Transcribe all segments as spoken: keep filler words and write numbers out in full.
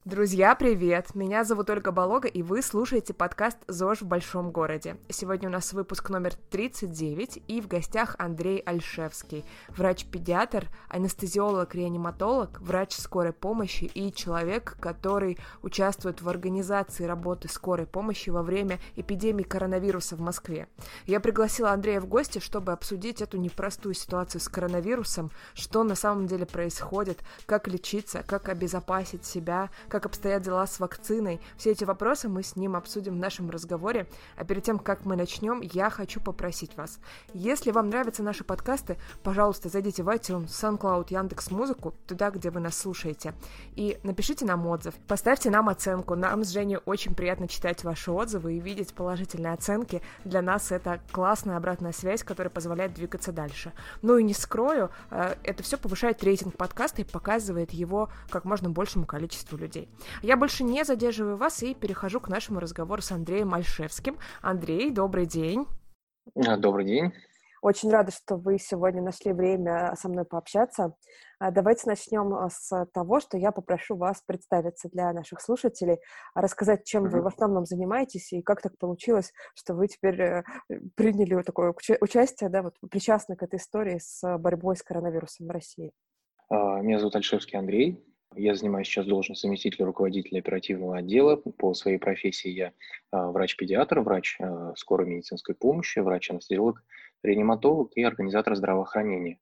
Друзья, привет! Меня зовут Ольга Болога, и вы слушаете подкаст «ЗОЖ в большом городе». Сегодня у нас выпуск номер тридцать девять, и в гостях Андрей Ольшевский, врач-педиатр, анестезиолог-реаниматолог, врач скорой помощи и человек, который участвует в организации работы скорой помощи во время эпидемии коронавируса в Москве. Я пригласила Андрея в гости, чтобы обсудить эту непростую ситуацию с коронавирусом, что на самом деле происходит, как лечиться, как обезопасить себя, как обстоят дела с вакциной. Все эти вопросы мы с ним обсудим в нашем разговоре. А перед тем, как мы начнем, я хочу попросить вас. Если вам нравятся наши подкасты, пожалуйста, зайдите в iTunes, SoundCloud, Яндекс.Музыку, туда, где вы нас слушаете, и напишите нам отзыв. Поставьте нам оценку. Нам с Женей очень приятно читать ваши отзывы и видеть положительные оценки. Для нас это классная обратная связь, которая позволяет двигаться дальше. Ну и не скрою, это все повышает рейтинг подкаста и показывает его как можно большему количеству людей. Я больше не задерживаю вас и перехожу к нашему разговору с Андреем Ольшевским. Андрей, добрый день. Добрый день. Очень рада, что вы сегодня нашли время со мной пообщаться. Давайте начнем с того, что я попрошу вас представиться для наших слушателей, рассказать, чем Мгм. вы в основном занимаетесь и как так получилось, что вы теперь приняли такое участие, да, вот причастны к этой истории с борьбой с коронавирусом в России. Меня зовут Ольшевский Андрей. Я занимаю сейчас должность заместителя руководителя оперативного отдела. По своей профессии я врач-педиатр, врач скорой медицинской помощи, врач-анестезиолог, реаниматолог и организатор здравоохранения.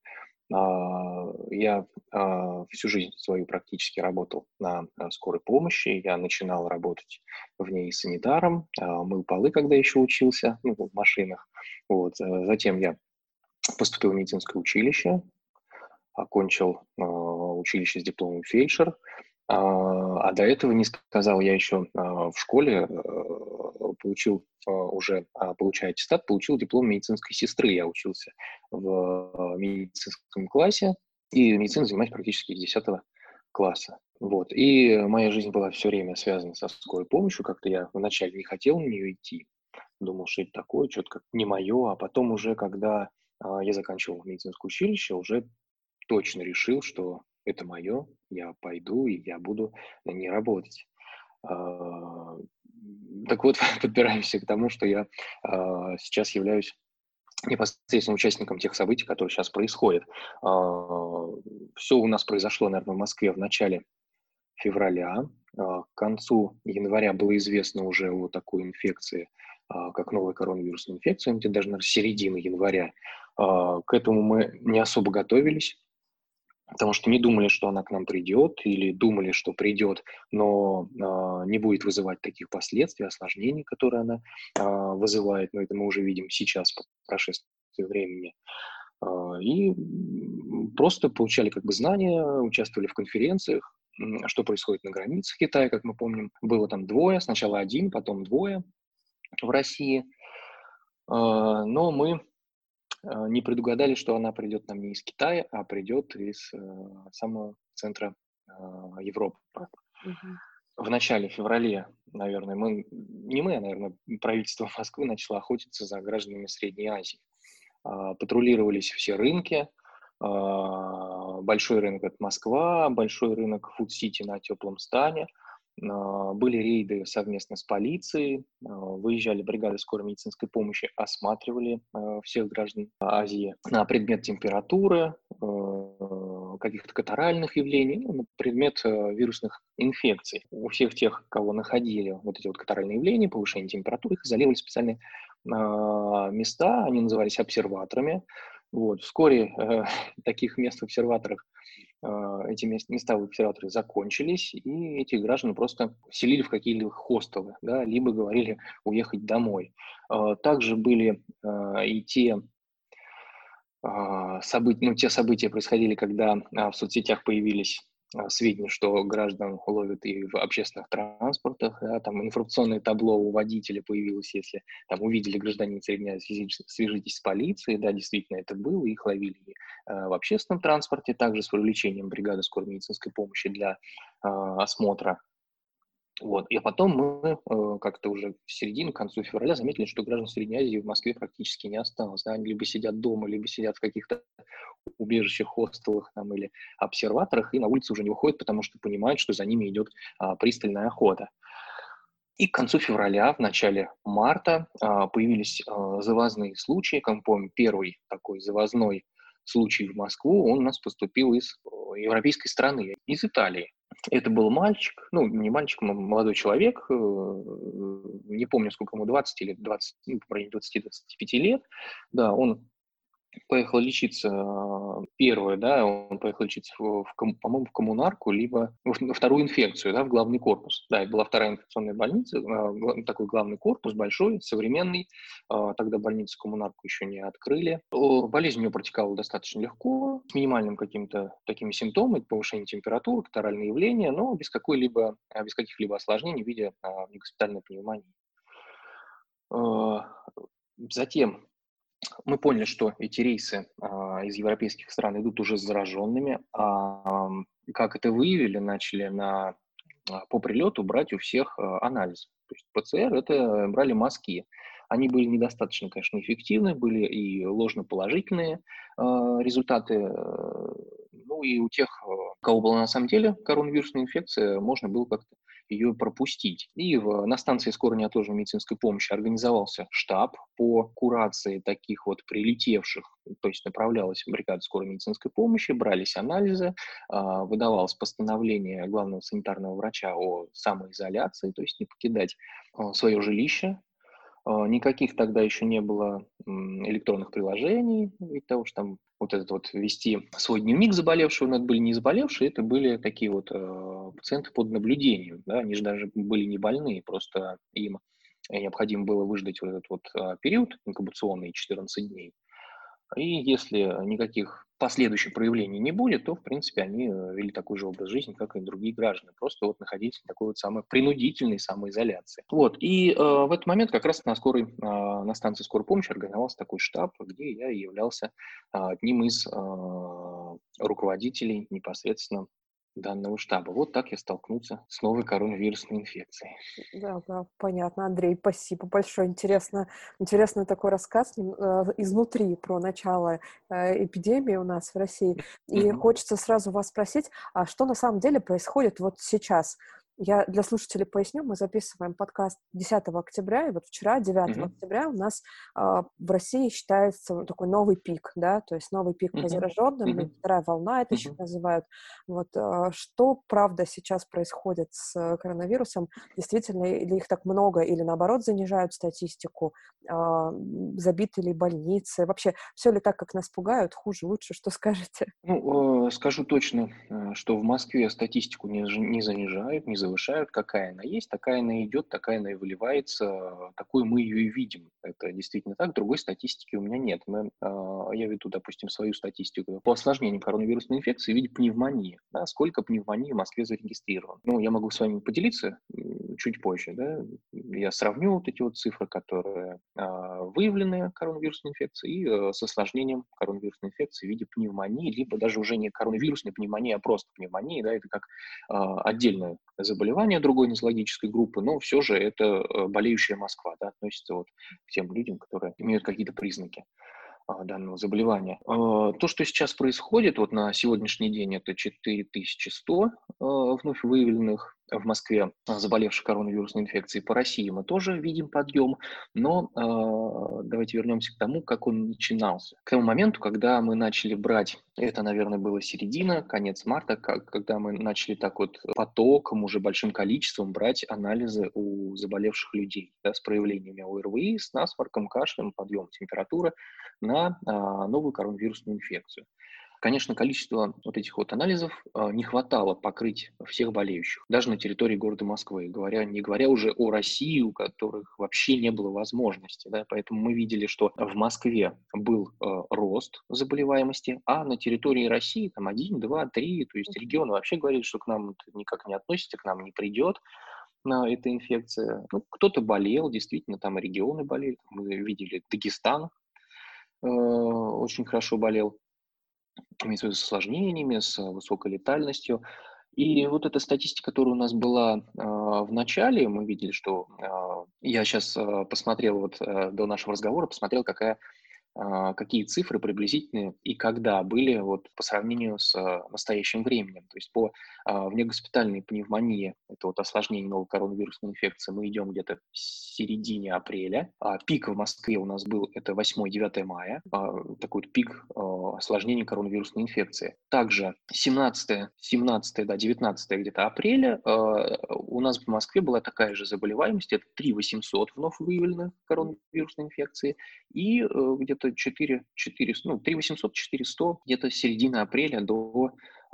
Я всю жизнь свою практически работал на скорой помощи. Я начинал работать в ней санитаром, мыл полы, когда еще учился, ну, в машинах. Вот. Затем я поступил в медицинское училище, окончил э, училище с дипломом фельдшер, а, а до этого, не сказал, я еще э, в школе э, получил, э, уже э, получая аттестат, получил диплом медицинской сестры. Я учился в э, медицинском классе, и медициной занимаюсь практически с десятого класса. Вот. И моя жизнь была все время связана со скорой помощью. Как-то я вначале не хотел на нее идти, думал, что это такое, что-то как не мое, а потом уже, когда э, я заканчивал медицинское училище, уже точно решил, что это мое, я пойду и я буду на ней работать. А, Так вот, подбираемся к тому, что я а, сейчас являюсь непосредственно участником тех событий, которые сейчас происходят. Все у нас произошло, наверное, в Москве в начале февраля. А, К концу января было известно уже о такой инфекции, а, как новая коронавирусная инфекция, где даже, наверное, середины января. А, К этому мы не особо готовились, потому что не думали, что она к нам придет, или думали, что придет, но а, не будет вызывать таких последствий, осложнений, которые она а, вызывает. Но это мы уже видим сейчас по прошествии времени. А, и м, просто получали как бы знания, участвовали в конференциях, м, что происходит на границе Китая, как мы помним. Было там двое, сначала один, потом двое в России. А, Но мы э, не предугадали, что она придет нам не из Китая, а придет из э, самого центра э, Европы. Мгм. В начале февраля, наверное, мы, не мы, а, наверное, правительство Москвы начало охотиться за гражданами Средней Азии. А, Патрулировались все рынки. А, Большой рынок — это Москва, большой рынок Фуд-Сити на Теплом Стане. А, Были рейды совместно с полицией, а, выезжали бригады скорой медицинской помощи, осматривали а, всех граждан Азии на предмет температуры, э, каких-то катаральных явлений, ну, на предмет э, вирусных инфекций. У всех тех, кого находили вот эти вот катаральные явления, повышение температуры, их изолировали в специальные а, места, они назывались обсерваторами. Вот. Вскоре э, таких мест в обсерваторах а, эти места в обсерваторе закончились, и этих граждан просто селили в какие-либо хостелы, да, либо говорили уехать домой. А, Также были а, и те а, события, ну, те события происходили, когда а, в соцсетях появились а, сведения, что граждан ловят и в общественных транспортах, да, там информационное табло у водителя появилось, если там увидели гражданина Средней Азии, свяжитесь с полицией, да, действительно это было, их ловили и, а, в общественном транспорте, также с привлечением бригады скорой медицинской помощи для а, осмотра Вот. И потом мы э, как-то уже в середине, к концу февраля заметили, что граждан Средней Азии в Москве практически не осталось. Да? Они либо сидят дома, либо сидят в каких-то убежищах, хостелах там, или обсерваторах, и на улицу уже не выходят, потому что понимают, что за ними идет а, пристальная охота. И к концу февраля, в начале марта а, появились а, завозные случаи. Как мы помним, первый такой завозной случай в Москву, он у нас поступил из о, европейской страны, из Италии. Это был мальчик, ну, не мальчик, м- молодой человек, э, не помню, сколько ему, двадцать или двадцать, ну, в районе двадцати-двадцати пяти лет. Да, он поехал лечиться, а, первое, да, он поехал лечиться, в, в ком- по-моему, в коммунарку, либо в- на вторую инфекцию, да, в главный корпус. Да, это была вторая инфекционная больница, а, гла- такой главный корпус большой, современный. А, Тогда больницу коммунарку еще не открыли. О, Болезнь у него протекала достаточно легко, с минимальным каким-то такими симптомами, повышение температуры, катаральные явления, но без какой-либо, а, без каких-либо осложнений в виде а, негоспитальной пневмонии. А, Затем мы поняли, что эти рейсы а, из европейских стран идут уже с зараженными. А, м, как это выявили, начали на, а, по прилету брать у всех а, анализ. То есть ПЦР – это брали мазки. Они были недостаточно, конечно, эффективны, были и ложноположительные а, результаты. э, Ну и у тех, а, у кого была на самом деле коронавирусная инфекция, можно было как-то ее пропустить. И в, на станции скорой неотложной медицинской помощи организовался штаб по курации таких вот прилетевших, то есть направлялась бригада скорой медицинской помощи, брались анализы, а, выдавалось постановление главного санитарного врача о самоизоляции, то есть не покидать а, свое жилище. А, Никаких тогда еще не было м, электронных приложений, ведь того, что там вот этот вот вести свой дневник заболевшего, но это были не заболевшие, это были такие вот э, пациенты под наблюдением, да, они же даже были не больные, просто им необходимо было выждать вот этот вот а, период инкубационный четырнадцать дней, и если никаких последующих проявлений не будет, то, в принципе, они э, вели такой же образ жизни, как и другие граждане, просто вот находились в такой вот самой принудительной самоизоляции. Вот, и э, в этот момент как раз на скорой, а, на станции скорой помощи организовался такой штаб, где я и являлся а, одним из а, руководителей непосредственно данного штаба. Вот так я столкнулся с новой коронавирусной инфекцией. Да, да, понятно, Андрей, спасибо большое. Интересно, интересный такой рассказ нем- э, изнутри про начало э, эпидемии у нас в России. И Мгм. хочется сразу вас спросить, а что на самом деле происходит вот сейчас? Я для слушателей поясню, мы записываем подкаст десятого октября, и вот вчера, девятого Мгм. октября, у нас а, в России считается вот такой новый пик, да, то есть новый пик по Мгм. зараженным, и Мгм. вторая волна это еще Мгм. называют. Вот а, что, правда, сейчас происходит с э, коронавирусом? Действительно, или их так много, или наоборот занижают статистику, а, м, забиты ли больницы? Вообще, все ли так, как нас пугают? Хуже, лучше, что скажете? Ну, э, скажу точно, э, что в Москве статистику не, ж- не занижают, не завышают. Какая она есть, такая она идет, такая она и выливается. э, Такой мы ее и видим. Это действительно так. Другой статистики у меня нет. Мы, а, я веду, допустим, свою статистику по осложнениям коронавирусной инфекции в виде пневмонии. Да, сколько пневмонии в Москве зарегистрировано. Ну, я могу с вами поделиться м, чуть позже. Да. Я сравню вот эти вот цифры, которые а, выявлены коронавирусной инфекцией, и э, с осложнением коронавирусной инфекции в виде пневмонии, либо даже уже не коронавирусной пневмонии, а просто пневмонии, да, это как а, отдельное заболевание другой нозологической группы, но все же это э, болеющая Москва, да, относится вот к тем людям, которые имеют какие-то признаки а, данного заболевания. А, То, что сейчас происходит вот на сегодняшний день, это четыре тысячи сто а, вновь выявленных в Москве а, заболевших коронавирусной инфекцией. По России мы тоже видим подъем, но а, давайте вернемся к тому, как он начинался. К тому моменту, когда мы начали брать, это, наверное, было середина, конец марта, как- когда мы начали так вот потоком, уже большим количеством брать анализы у заболевших людей, да, с проявлениями ОРВИ, с насморком, кашлем, подъем температуры на а, новую коронавирусную инфекцию. Конечно, количество вот этих вот анализов а, не хватало покрыть всех болеющих, даже на территории города Москвы, говоря, не говоря уже о России, у которых вообще не было возможности. Да, поэтому мы видели, что в Москве был э, рост заболеваемости, а на территории России там один, два, три, то есть регионы вообще говорили, что к нам это никак не относится, к нам не придет на эта инфекция. Ну, кто-то болел, действительно, там и регионы болели. Мы видели Дагестан, э, очень хорошо болел, имеется в виду с осложнениями, с высокой летальностью. И вот эта статистика, которая у нас была а, в начале, мы видели, что а, я сейчас посмотрел вот а, до нашего разговора, посмотрел, какая а, какие цифры приблизительные и когда были вот по сравнению с а, настоящим временем. То есть по а, внегоспитальной пневмонии, это вот осложнение новой коронавирусной инфекции, мы идем где-то в середине апреля. А пик в Москве у нас был это восьмое-девятое мая, а, такой вот пик а, осложнений коронавирусной инфекции. Также семнадцатое, семнадцатое, да, девятнадцатое где-то апреля а, у нас в Москве была такая же заболеваемость, это три тысячи восемьсот вновь выявленных коронавирусной инфекции, и э, где-то четыре, четыре, ну, три тысячи восемьсот - четыре тысячи сто где-то с середины апреля до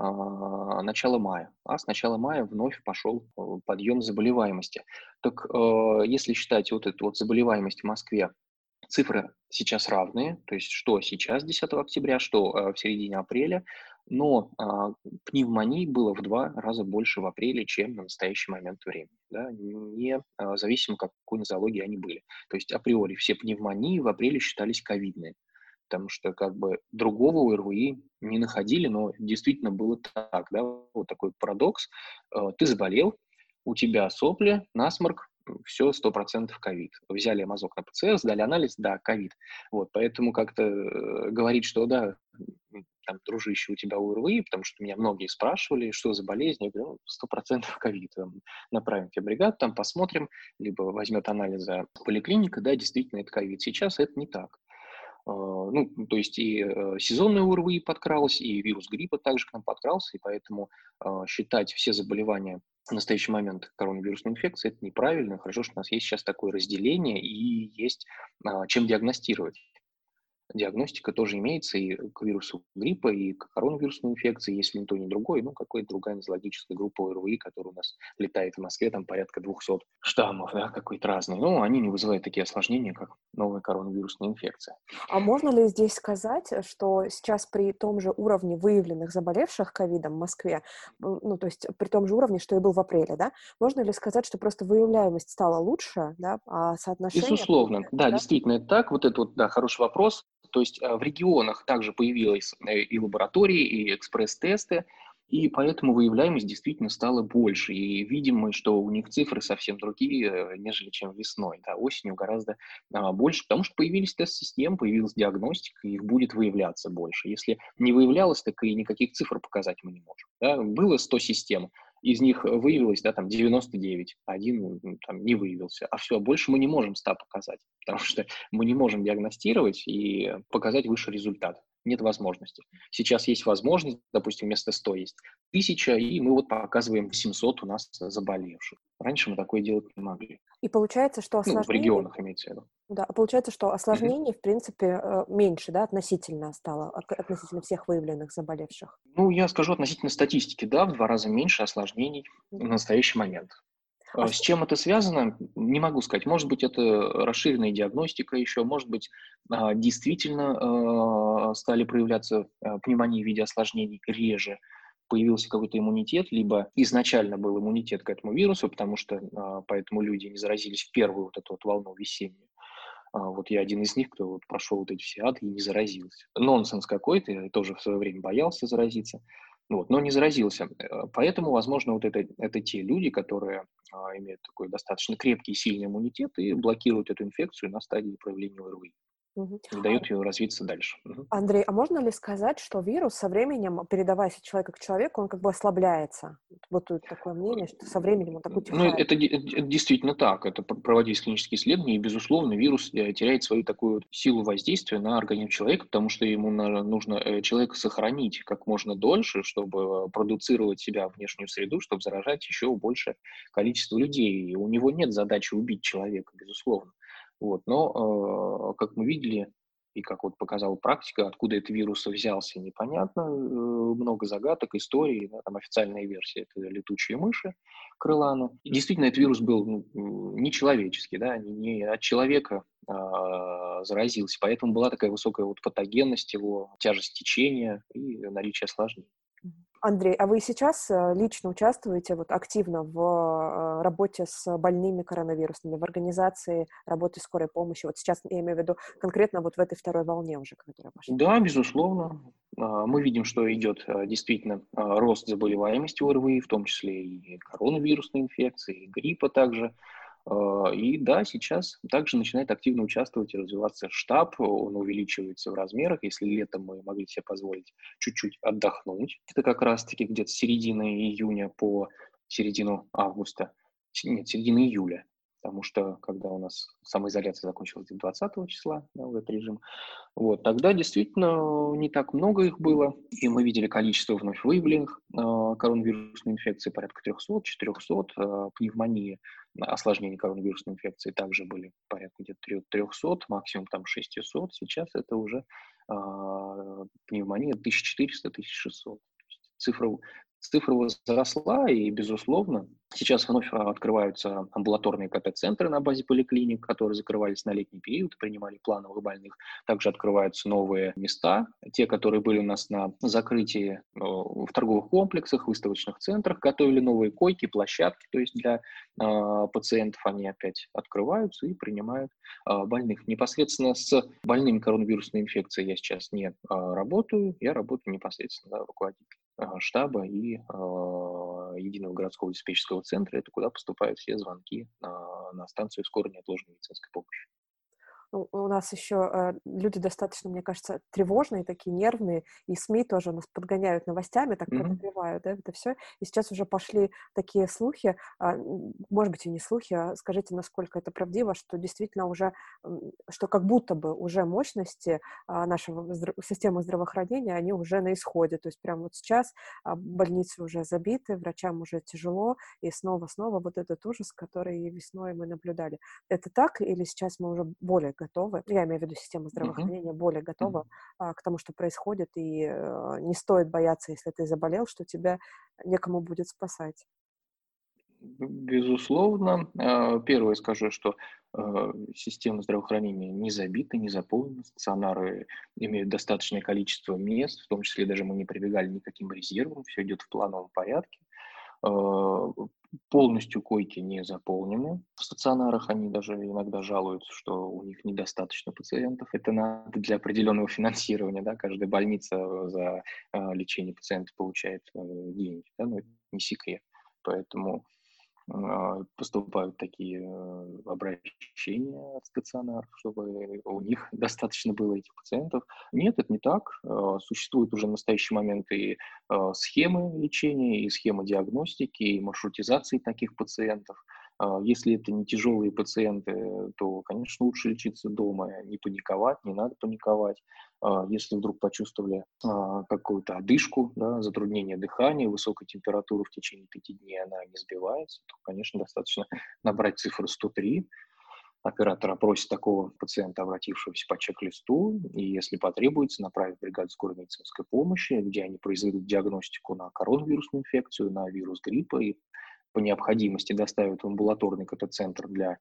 а, начала мая. А с начала мая вновь пошел э, подъем заболеваемости. Так э, если считать вот эту вот заболеваемость в Москве, цифры сейчас равные, то есть что сейчас десятого октября, что э, в середине апреля, но а, пневмоний было в два раза больше в апреле, чем на настоящий момент времени, да, не а, зависимо, какой нозологии они были. То есть априори все пневмонии в апреле считались ковидные, потому что как бы другого ОРВИ не находили, но действительно было так, да, вот такой парадокс. Э, Ты заболел, у тебя сопли, насморк, все, сто процентов ковид. Взяли мазок на ПЦР, сдали анализ, да, ковид. Вот, поэтому как-то э, говорить, что да, м, там, дружище, у тебя ОРВИ, потому что меня многие спрашивали, что за болезнь, я говорю, ну, сто процентов ковид. Там, направим тебя в бригаду, там посмотрим, либо возьмет анализы поликлиника, да, действительно, это ковид. Сейчас это не так. А, Ну, то есть и э, сезонное ОРВИ подкралось, и вирус гриппа также к нам подкрался, и поэтому а, считать все заболевания в настоящий момент коронавирусной инфекции это неправильно. Хорошо, что у нас есть сейчас такое разделение и есть а, чем диагностировать. Диагностика тоже имеется и к вирусу гриппа, и к коронавирусной инфекции, если не то, ни другой, ну, какая-то другая нозологическая группа ОРВИ, которая у нас летает в Москве, там порядка двухсот штаммов, да, какой-то разный. Но они не вызывают такие осложнения, как новая коронавирусная инфекция. А можно ли здесь сказать, э, что сейчас при том же уровне выявленных заболевших ковидом в Москве, м, ну, то есть при том же уровне, что и был в апреле, да, можно ли сказать, что просто выявляемость стала лучше, да, а соотношение Безусловно, получается, да, да? действительно это так. Вот это вот, да, хороший вопрос. То есть э, в регионах также появились э, и лаборатории, и экспресс-тесты, и поэтому выявляемость действительно стала больше. И видим мы, что у них цифры совсем другие, э, нежели чем весной. Да, осенью гораздо а, больше, потому что появились тест-системы, появилась диагностика, и их будет выявляться больше. Если не выявлялось, так и никаких цифр показать мы не можем. Да. Было сто систем, из них выявилось, да, там девяносто девять, один м, там не выявился, а все, больше мы не можем ста показать, потому что мы не можем диагностировать и показать выше результат. Нет возможности. Сейчас есть возможность, допустим, вместо ста есть тысяча, и мы вот показываем восемьсот у нас заболевших. Раньше мы такое делать не могли. И получается, что Ну, в осложнений, регионах имеется в виду. да, получается, что Мгм. осложнений, в принципе, э, меньше, да, относительно стало, ок- относительно всех выявленных заболевших. Ну, я скажу относительно статистики, да, в два раза меньше осложнений в Мгм. настоящий момент. А Э, С что, чем это связано, не могу сказать. Может быть, это расширенная диагностика еще, может быть, а, действительно а, стали проявляться а, пневмонии в виде осложнений реже, появился какой-то иммунитет, либо изначально был иммунитет к этому вирусу, потому что а, поэтому люди не заразились в первую вот эту вот волну весеннюю. А, Вот я один из них, кто вот прошел вот эти все ады и не заразился. Нонсенс какой-то, я тоже в свое время боялся заразиться, вот, но не заразился. Э, Поэтому, возможно, вот это, это те люди, которые а, имеют такой достаточно крепкий и сильный иммунитет и блокируют эту инфекцию на стадии проявления ОРВИ, мгм. не дают ее развиться дальше. Мгм. Андрей, а можно ли сказать, что вирус со временем, передаваясь от человека к человеку, он как бы ослабляется? Вот тут такое мнение, что со временем он так Ну, утихает. это, де- это действительно так. Это п- проводились клинические исследования, и, безусловно, вирус э, теряет свою такую вот силу воздействия на организм человека, потому что ему на- нужно э, человека сохранить как можно дольше, чтобы э, продуцировать себя в внешнюю среду, чтобы заражать еще большее количество людей. И у него нет задачи убить человека, безусловно. Вот. Но, э, как мы видели, и как вот показала практика, откуда этот вирус взялся, непонятно. Э, Много загадок, историй. Да, там официальная версия — это летучие мыши крылана. И действительно, этот вирус был ну, м, нечеловеческий, да, не, не от человека а, заразился. Поэтому была такая высокая вот патогенность его, тяжесть течения и наличие осложнений. Андрей, а вы сейчас э, лично участвуете вот активно в э, работе с больными коронавирусными, в организации работы скорой помощи? Вот сейчас я имею в виду конкретно вот в этой второй волне уже, которая пошла. Да, безусловно. А, Мы видим, что идет а, действительно а, рост заболеваемости ОРВИ, в том числе и коронавирусной инфекции, и гриппа также. А, И да, сейчас также начинает активно участвовать и развиваться штаб, он увеличивается в размерах. Если летом мы могли себе позволить чуть-чуть отдохнуть, это как раз-таки где-то с середины июня по середину августа, с- нет, середины июля, потому что когда у нас самоизоляция закончилась двадцатого числа, да, в этот режим, вот, тогда действительно не так много их было, и мы видели количество вновь выявленных а, коронавирусной инфекции, порядка трехсот-четырехсот, а, пневмонии, а, осложнений коронавирусной инфекции также были порядка где-то трехсот, максимум там шестисот. Сейчас это уже а, пневмония тысяча четыреста - тысяча шестьсот. То есть Цифра, цифра возросла, и, безусловно, сейчас вновь а, открываются амбулаторные КТ-центры на базе поликлиник, которые закрывались на летний период, принимали плановых больных. Также открываются новые места, те, которые были у нас на закрытии э, в торговых комплексах, выставочных центрах, готовили новые койки, площадки, то есть для э, пациентов они опять открываются и принимают э, больных. Непосредственно с больными коронавирусной инфекцией я сейчас не э, работаю, я работаю непосредственно да, руководитель э, штаба и э, единого городского диспетчерского центра, это куда поступают все звонки э, на станцию скорой неотложной медицинской помощи. Ну, у нас еще э, люди достаточно, мне кажется, тревожные, такие нервные, и СМИ тоже нас подгоняют новостями, так Мгм. подогревают, да, это все. И сейчас уже пошли такие слухи, а, м, может быть, и не слухи, а скажите, насколько это правдиво, что действительно уже, м, что как будто бы уже мощности а, нашего здра- системы здравоохранения, они уже на исходе. То есть прямо вот сейчас а, больницы уже забиты, врачам уже тяжело, и снова-снова вот этот ужас, который весной мы наблюдали. Это так или сейчас мы уже более готовы, я имею в виду система Мгм. здравоохранения, более готова Мгм. а, к тому, что происходит, и э, не стоит бояться, если ты заболел, что тебя некому будет спасать? Безусловно. А, Первое скажу, что э, система здравоохранения не забита, не заполнена. Стационары имеют достаточное количество мест, в том числе даже мы не прибегали ни к каким резервам, все идет в плановом порядке. Э, Полностью койки не заполнены. В стационарах они даже иногда жалуются, что у них недостаточно пациентов. Это надо для определенного финансирования. Да? Каждая больница за э, лечение пациента получает э, деньги. Да? Но это не секрет. Поэтому а, поступают такие э, обращения от стационаров, чтобы у них достаточно было этих пациентов. Нет, это не так. Э, Существуют уже в настоящий момент и э, схемы лечения, и схемы диагностики, и маршрутизации таких пациентов. А, Если это не тяжелые пациенты, то, конечно, лучше лечиться дома, не паниковать, не надо паниковать. А, Если вдруг почувствовали а, какую-то одышку, да, затруднение дыхания, высокая температура в течение пяти дней, она не сбивается, то, конечно, достаточно набрать цифру сто три. Оператор опросит такого пациента, обратившегося по чек-листу, и если потребуется, направит бригаду скорой медицинской помощи, где они произведут диагностику на коронавирусную инфекцию, на вирус гриппа, и по необходимости доставят в амбулаторный КТ-центр для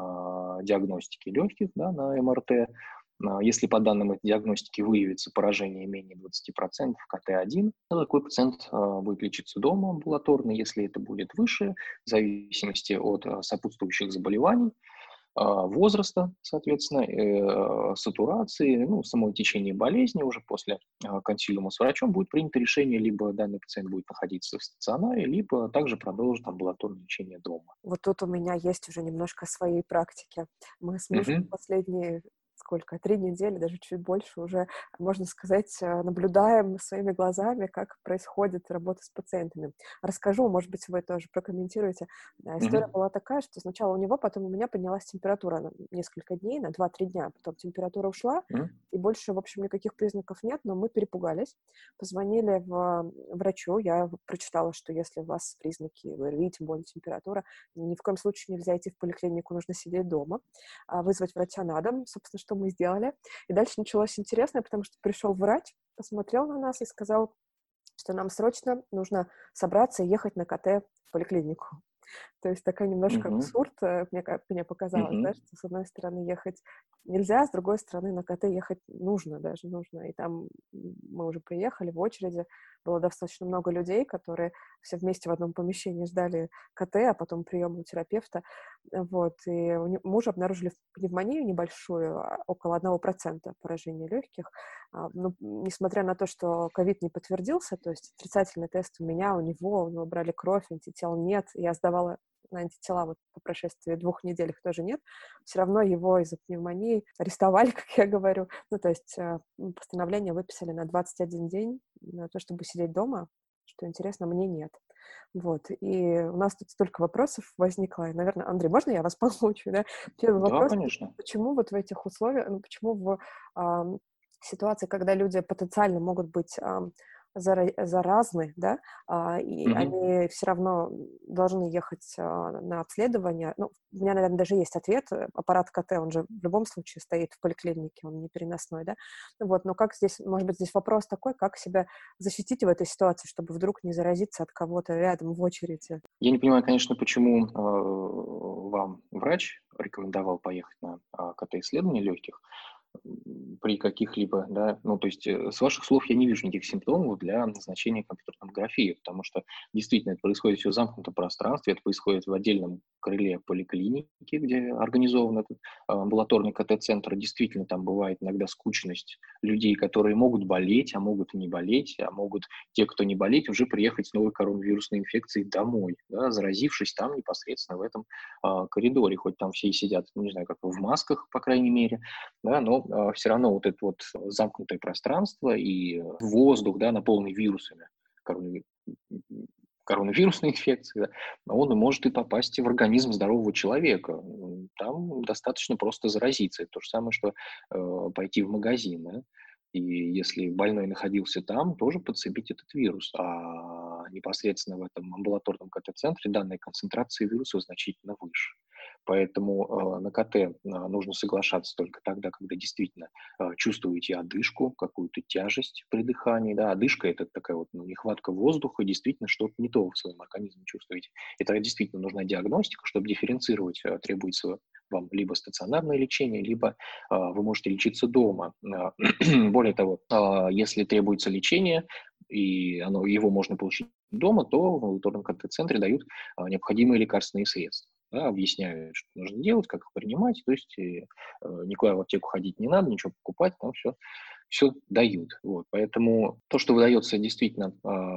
а, диагностики легких, да, на эм эр тэ. А, Если по данным этой диагностики выявится поражение менее двадцати процентов ка тэ один, то такой пациент а, будет лечиться дома амбулаторно. Если это будет выше, в зависимости от а, сопутствующих заболеваний, а, возраста, соответственно, э, сатурации, ну, самого течения болезни, уже после а, консилиума с врачом будет принято решение, либо данный пациент будет находиться в стационаре, либо также продолжит амбулаторное лечение дома. Вот тут у меня есть уже немножко своей практики. Мы с мужем Мгм. последние сколько, три недели, даже чуть больше уже, можно сказать, э, наблюдаем своими глазами, как происходит работа с пациентами. Расскажу, может быть, вы тоже прокомментируете. А, История Мгм. была такая, что сначала у него, потом у меня поднялась температура на несколько дней, на два-три дня. Потом температура ушла, Мгм. и больше, в общем, никаких признаков нет, но мы перепугались. Позвонили в врачу, я прочитала, что если у вас признаки ОРВИ, тем более температура, ни в коем случае нельзя идти в поликлинику, нужно сидеть дома, а, вызвать врача на дом, собственно, что мы сделали. И дальше началось интересное, потому что пришел врач, посмотрел на нас и сказал, что нам срочно нужно собраться и ехать на ка тэ в поликлинику. То есть такая немножко Мгм. абсурд, э, мне, ка- мне показалось, да, Мгм. что с одной стороны ехать нельзя, с другой стороны на КТ ехать нужно, даже нужно. И там м, мы уже приехали в очереди, было достаточно много людей, которые все вместе в одном помещении ждали КТ, а потом прием у терапевта. Вот. И у не- мужа обнаружили пневмонию небольшую, а, около одного процента поражения легких. А, Ну, несмотря на то, что ковид не подтвердился, то есть отрицательный тест у меня, у него, у него брали кровь, антител нет, я сдавала на антитела вот по прошествии двух недель их тоже нет, все равно его из-за пневмонии арестовали, как я говорю. Ну, то есть э, м, постановление выписали на двадцать один день на то, чтобы сидеть дома, что интересно, мне нет. Вот, и у нас тут столько вопросов возникло, и, наверное, Андрей, можно я вас помучу, да? Первый Да, вопрос, конечно. почему вот в этих условиях, ну, почему в ам, ситуации, когда люди потенциально могут быть ам, зара- заразны, да, а, и Мгм. они все равно должны ехать а, на обследование. Ну, у меня, наверное, даже есть ответ. э, Аппарат КТ, он же в любом случае стоит в поликлинике, он не переносной, да. Вот, но как здесь, может быть, здесь вопрос такой, как себя защитить в этой ситуации, чтобы вдруг не заразиться от кого-то рядом в очереди? Я не понимаю, конечно, почему э, вам врач рекомендовал поехать на а, КТ-исследование легких м, при каких-либо, да, ну, то есть э, с ваших слов я не вижу никаких симптомов для назначения компьютерной томографии, потому что действительно это происходит все в замкнутом пространстве, это происходит в отдельном крыле поликлиники, где организован этот а, амбулаторный КТ-центр. Действительно, там бывает иногда скучность людей, которые могут болеть, а могут и не болеть, а могут те, кто не болеет, уже приехать с новой коронавирусной инфекцией домой, да, заразившись там непосредственно в этом а, коридоре, хоть там все и сидят, ну, не знаю, как в масках, по крайней мере, да, но а, все равно вот это вот замкнутое пространство и э, воздух, да, наполненный вирусами, коронави- коронавирусной инфекции, да, он может и попасть в организм здорового человека. М, Там достаточно просто заразиться. Это то же самое, что э, пойти в магазин, да. И если больной находился там, тоже подцепить этот вирус. А непосредственно в этом амбулаторном КТ-центре данная концентрация вируса значительно выше. Поэтому э, на КТ э, нужно соглашаться только тогда, когда действительно э, чувствуете одышку, какую-то тяжесть при дыхании. Да. Одышка – это такая вот ну, нехватка воздуха, действительно что-то не то в своем организме чувствуете. И тогда действительно нужна диагностика, чтобы дифференцировать, э, требуется вам либо стационарное лечение, либо а, вы можете лечиться дома. А, Более того, а, если требуется лечение, и оно, его можно получить дома, то в амбулаторном КТ-центре дают а, необходимые лекарственные средства. Да, объясняют, что нужно делать, как их принимать, то есть э, э, никуда в аптеку ходить не надо, ничего покупать, там все, все дают. Вот. Поэтому то, что выдается действительно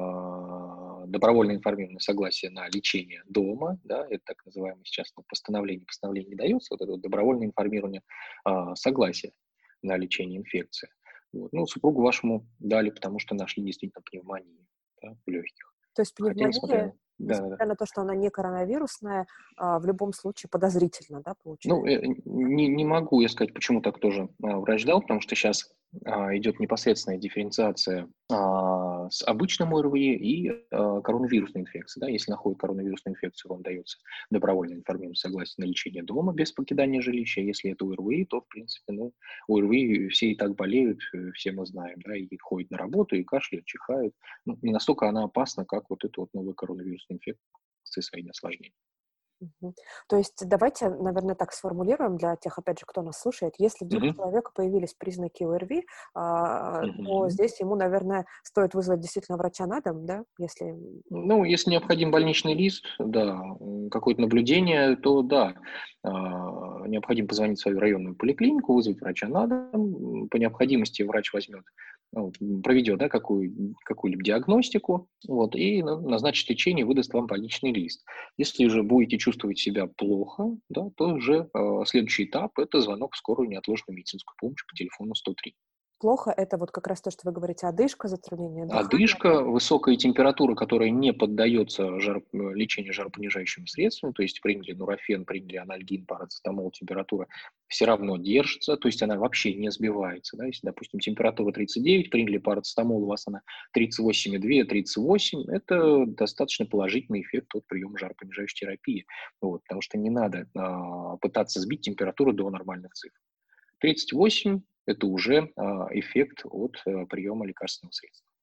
а, добровольно информированное согласие на лечение дома, да, это так называемое сейчас ну, постановление, постановление не дается, вот это вот добровольное информирование а, согласия на лечение инфекции. Вот. Ну, супругу вашему дали, потому что нашли действительно пневмонию, да, в легких. То есть Хотя, несмотря пневмония, на... Да, да, да. несмотря на то, что она не коронавирусная, а, в любом случае подозрительно, да, Ну, получается? э, не, не могу я сказать, почему так тоже а, врач дал, потому что сейчас а, идет непосредственная дифференциация а, с обычным ОРВИ и а, коронавирусной инфекцией. Да? Если находит коронавирусную инфекцию, вам дается добровольное информированное согласие на лечение дома без покидания жилища. Если это ОРВИ, то, в принципе, ну, ОРВИ все и так болеют, э, все мы знаем, да, и ходят на работу, и кашляют, чихают. Ну, не настолько она опасна, как вот эта вот новая коронавирусная инфекция со своими осложнениями. Мгм. То есть давайте, наверное, так сформулируем для тех, опять же, кто нас слушает. Если вдруг у Мгм. человека появились признаки ОРВИ, а, то Мгм. здесь ему, наверное, стоит вызвать действительно врача на дом, да, если... м, Ну, если необходим больничный лист, да, м, какое-то наблюдение, то да, а, необходимо позвонить в свою районную поликлинику, вызвать врача на дом. М, По необходимости врач возьмет, ну, вот, м, проведет, да, какую, какую-либо диагностику, вот, и на- назначит лечение, выдаст вам больничный лист. Если же будете чувствовать себя плохо, да, то уже а, следующий этап – это звонок в скорую неотложную медицинскую помощь по телефону сто три. Плохо, это вот как раз то, что вы говорите, одышка, затруднение дыхания, да? Одышка, высокая температура, которая не поддается жар, э, лечению жаропонижающими средствами, то есть приняли нурофен, приняли анальгин, парацетамол, температура все равно держится, то есть она вообще не сбивается. Да? Если, допустим, температура тридцать девять, приняли парацетамол, у вас она тридцать восемь и два, тридцать восемь, это достаточно положительный эффект от приема жаропонижающей терапии. Вот, потому что не надо а, пытаться сбить температуру до нормальных цифр. тридцать восемь – это уже а, эффект от а, приема лекарственного средства.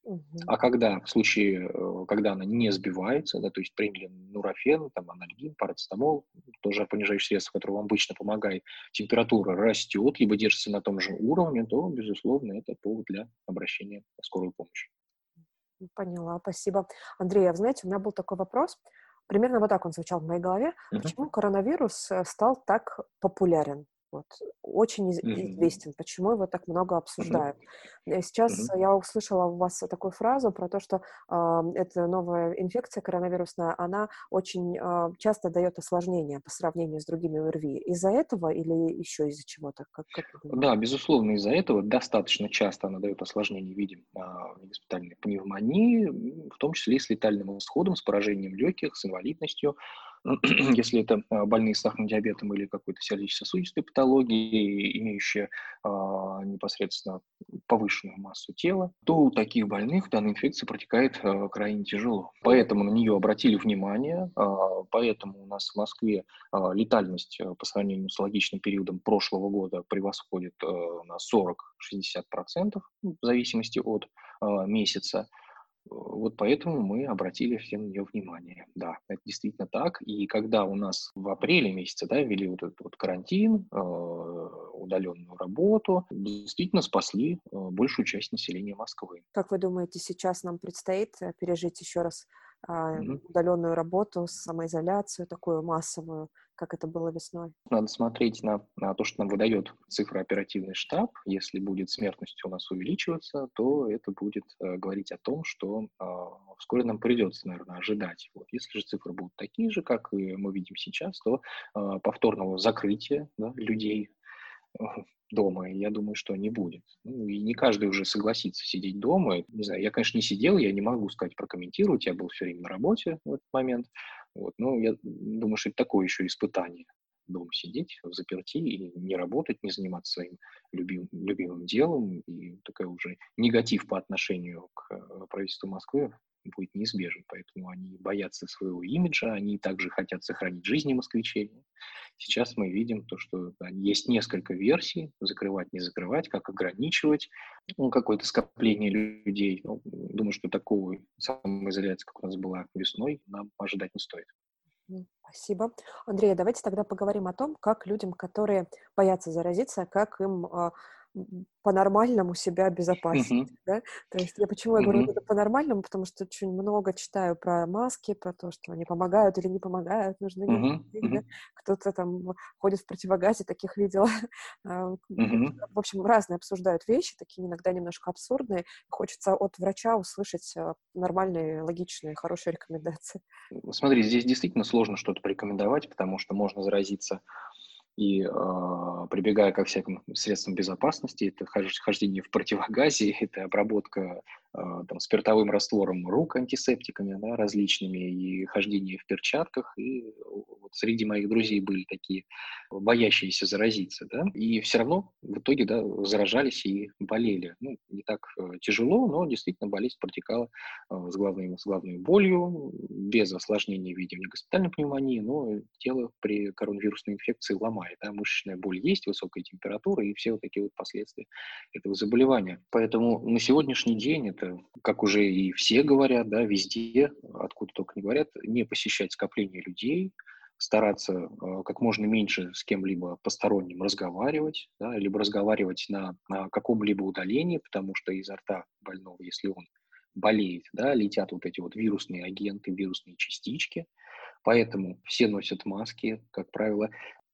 Мгм. А когда в случае, э, когда она не сбивается, да, то есть приняли нурофен, там, анальгин, парацетамол, тоже понижающее средство, которое вам обычно помогает, температура растет, либо держится на том же уровне, то, безусловно, это повод для обращения в скорую помощь. М, Поняла, спасибо. Андрей, а вы знаете, у меня был такой вопрос. Примерно вот так он звучал в моей голове. Мгм. Почему коронавирус э, стал так популярен? Вот, очень из- Мгм. известен. Почему его так много Мгм. обсуждают? Э, Сейчас Мгм. я услышала у вас такую фразу про то, что а, эта новая инфекция коронавирусная, она очень а, часто дает осложнения по сравнению с другими ОРВИ. Из-за этого или еще из-за чего-то? Как, как вы думаете? Да, безусловно, из-за этого достаточно часто она дает осложнения в виде а, госпитальной пневмонии, м, в том числе и с летальным исходом, с поражением легких, с инвалидностью. Если это а, больные с сахарным диабетом или какой-то сердечно-сосудистой патологией, имеющие а, непосредственно повышенную массу тела, то у таких больных данная инфекция протекает а, крайне тяжело. Поэтому на нее обратили внимание, а, поэтому у нас в Москве а, летальность э, по сравнению с логичным периодом прошлого года превосходит э, на сорок-шестьдесят процентов, ну, в зависимости от а, месяца. Э, Вот поэтому мы обратили все на нее внимание. Да, это действительно так. И когда у нас в апреле месяце, да, ввели вот этот вот карантин, э, удаленную работу, действительно спасли э, большую часть населения Москвы. Как вы думаете, сейчас нам предстоит э, пережить еще раз а, Мгм. удаленную работу, самоизоляцию такую массовую, как это было весной? Надо смотреть на, на то, что нам выдает цифра оперативный штаб. Если будет смертность у нас увеличиваться, то это будет э, говорить о том, что э, вскоре нам придется, наверное, ожидать. Вот. Если же цифры будут такие же, как и мы видим сейчас, то э, повторного закрытия, да, людей э, дома, я думаю, что не будет. Ну, и не каждый уже согласится сидеть дома. Не знаю, я, конечно, не сидел, я не могу сказать, прокомментировать, я был все время на работе в этот момент. Вот. Но я думаю, что это такое еще испытание дома сидеть в заперти и не работать, не заниматься своим любим, любимым делом. И такой уже негатив по отношению к э, правительству Москвы будет неизбежен. Поэтому они боятся своего имиджа, они также хотят сохранить жизни москвичей. Сейчас мы видим то, что да, есть несколько версий, закрывать, не закрывать, как ограничивать ну, какое-то скопление людей. Ну, думаю, что такого самоизоляции, как у нас была весной, нам ожидать не стоит. М, Спасибо. Андрей, а давайте тогда поговорим о том, как людям, которые боятся заразиться, как им а, м, по-нормальному себя обезопасить. Мгм. Да? То есть я почему я говорю вот Мгм. это по-нормальному, потому что очень много читаю про маски, про то, что они помогают или не помогают, нужны, не Мгм. нужны. Да? Мгм. Кто-то там в- ходит в противогазе, таких видела. А, Мгм. В общем, разные обсуждают вещи, такие иногда немножко абсурдные. Хочется от врача услышать а, нормальные, логичные, хорошие рекомендации. Смотри, здесь действительно сложно что-то порекомендовать, потому что можно заразиться и а, прибегая ко всяким средствам безопасности, это хож- хождение в противогазе, это обработка а, там, спиртовым раствором рук антисептиками, да, различными, и хождение в перчатках. И вот среди моих друзей были такие боящиеся заразиться, да, и все равно в итоге, да, заражались и болели. Ну, не так э, тяжело, но действительно болезнь протекала э, с главной, с главной болью, без осложнений в виде госпитальной пневмонии, но тело при коронавирусной инфекции ломает. Да, мышечная боль есть, высокая температура и все вот такие вот последствия этого заболевания. Поэтому на сегодняшний день это, как уже и все говорят, да, везде, откуда только не говорят, не посещать скопление людей, стараться э, как можно меньше с кем-либо посторонним разговаривать, да, либо разговаривать на, на каком-либо удалении, потому что изо рта больного, если он болеет, да, летят вот эти вот вирусные агенты, вирусные частички, поэтому все носят маски, как правило.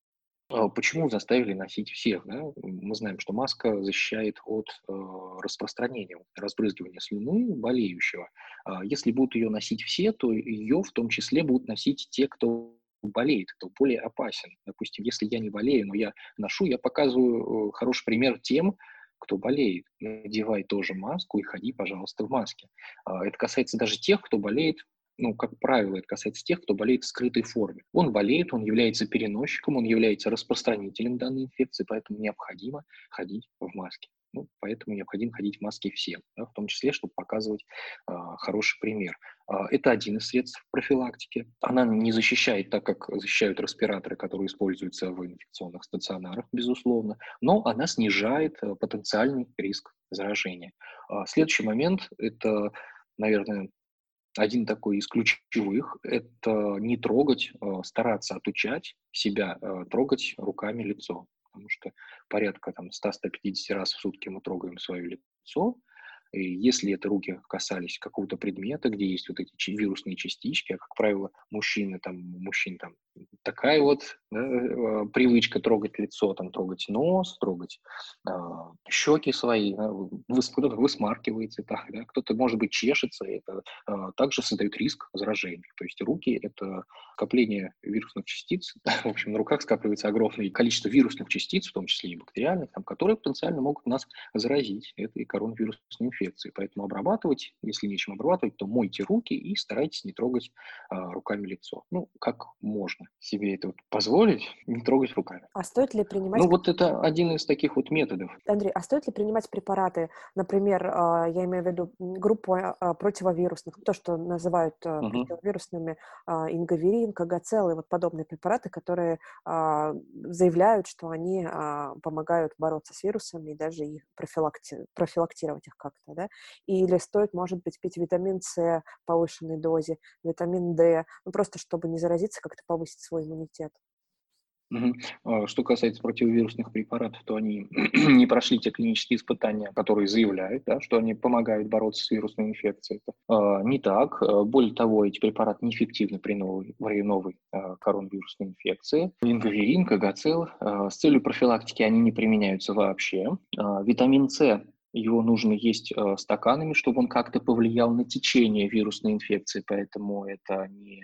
А Почему заставили носить всех? Да? Мы знаем, что маска защищает от э, распространения, вот, разбрызгивания слюны болеющего. А Если будут ее носить все, то ее в том числе будут носить те, кто болеет, кто более опасен. Допустим, если я не болею, но я ношу, я показываю э, хороший пример тем, кто болеет. Надевай тоже маску и ходи, пожалуйста, в маске. А, Это касается даже тех, кто болеет, ну, как правило, это касается тех, кто болеет в скрытой форме. Он болеет, он является переносчиком, он является распространителем данной инфекции, поэтому необходимо ходить в маске. Ну, поэтому необходимо ходить в маске всем, да, в том числе, чтобы показывать э, хороший пример. А, Это один из средств профилактики. Она не защищает так, как защищают респираторы, которые используются в инфекционных стационарах, безусловно, но она снижает э, потенциальный риск заражения. А, Следующий момент– это, наверное, один такой из ключевых– это не трогать, э, стараться отучать себя э, трогать руками лицо. Потому что порядка там сто-сто пятьдесят раз в сутки мы трогаем свое лицо, и если это руки касались какого-то предмета, где есть вот эти чи- вирусные частички, а, как правило, мужчины, там, у мужчин там такая вот да, э, привычка трогать лицо, там, трогать нос, трогать а, щеки свои, да, выс- кто-то высмаркивается так, да, кто-то, может быть, чешется, и это а, также создает риск заражения. То есть руки– это скопление вирусных частиц, в общем, на руках скапливается огромное количество вирусных частиц, в том числе и бактериальных, там, которые потенциально могут нас заразить этой коронавирусной инфекцией. Поэтому обрабатывать, если нечем обрабатывать, то мойте руки и старайтесь не трогать а, руками лицо. Ну, как можно себе это вот позволить, не трогать руками. А стоит ли принимать Ну, вот это один из таких вот методов. Андрей, а стоит ли принимать препараты, например, а, я имею в виду м, группу а, а, противовирусных, то, что называют а, Мгм. противовирусными, а, ингаверин, кагацел и вот подобные препараты, которые а, заявляют, что они а, помогают бороться с вирусами и даже их профилакти- профилактировать их как-то, да? Или стоит, может быть, пить витамин С в повышенной дозе, витамин D, ну, просто чтобы не заразиться, как-то повысить свой иммунитет. Мгм. А, Что касается противовирусных препаратов, то они не прошли те клинические испытания, которые заявляют, да, что они помогают бороться с вирусной инфекцией. Это а, не так. А, Более того, эти препараты неэффективны при новой, при новой а, коронавирусной инфекции. Ингаверин, кагацел. а, С целью профилактики они не применяются вообще. А, Витамин С его нужно есть а, стаканами, чтобы он как-то повлиял на течение вирусной инфекции, поэтому это не...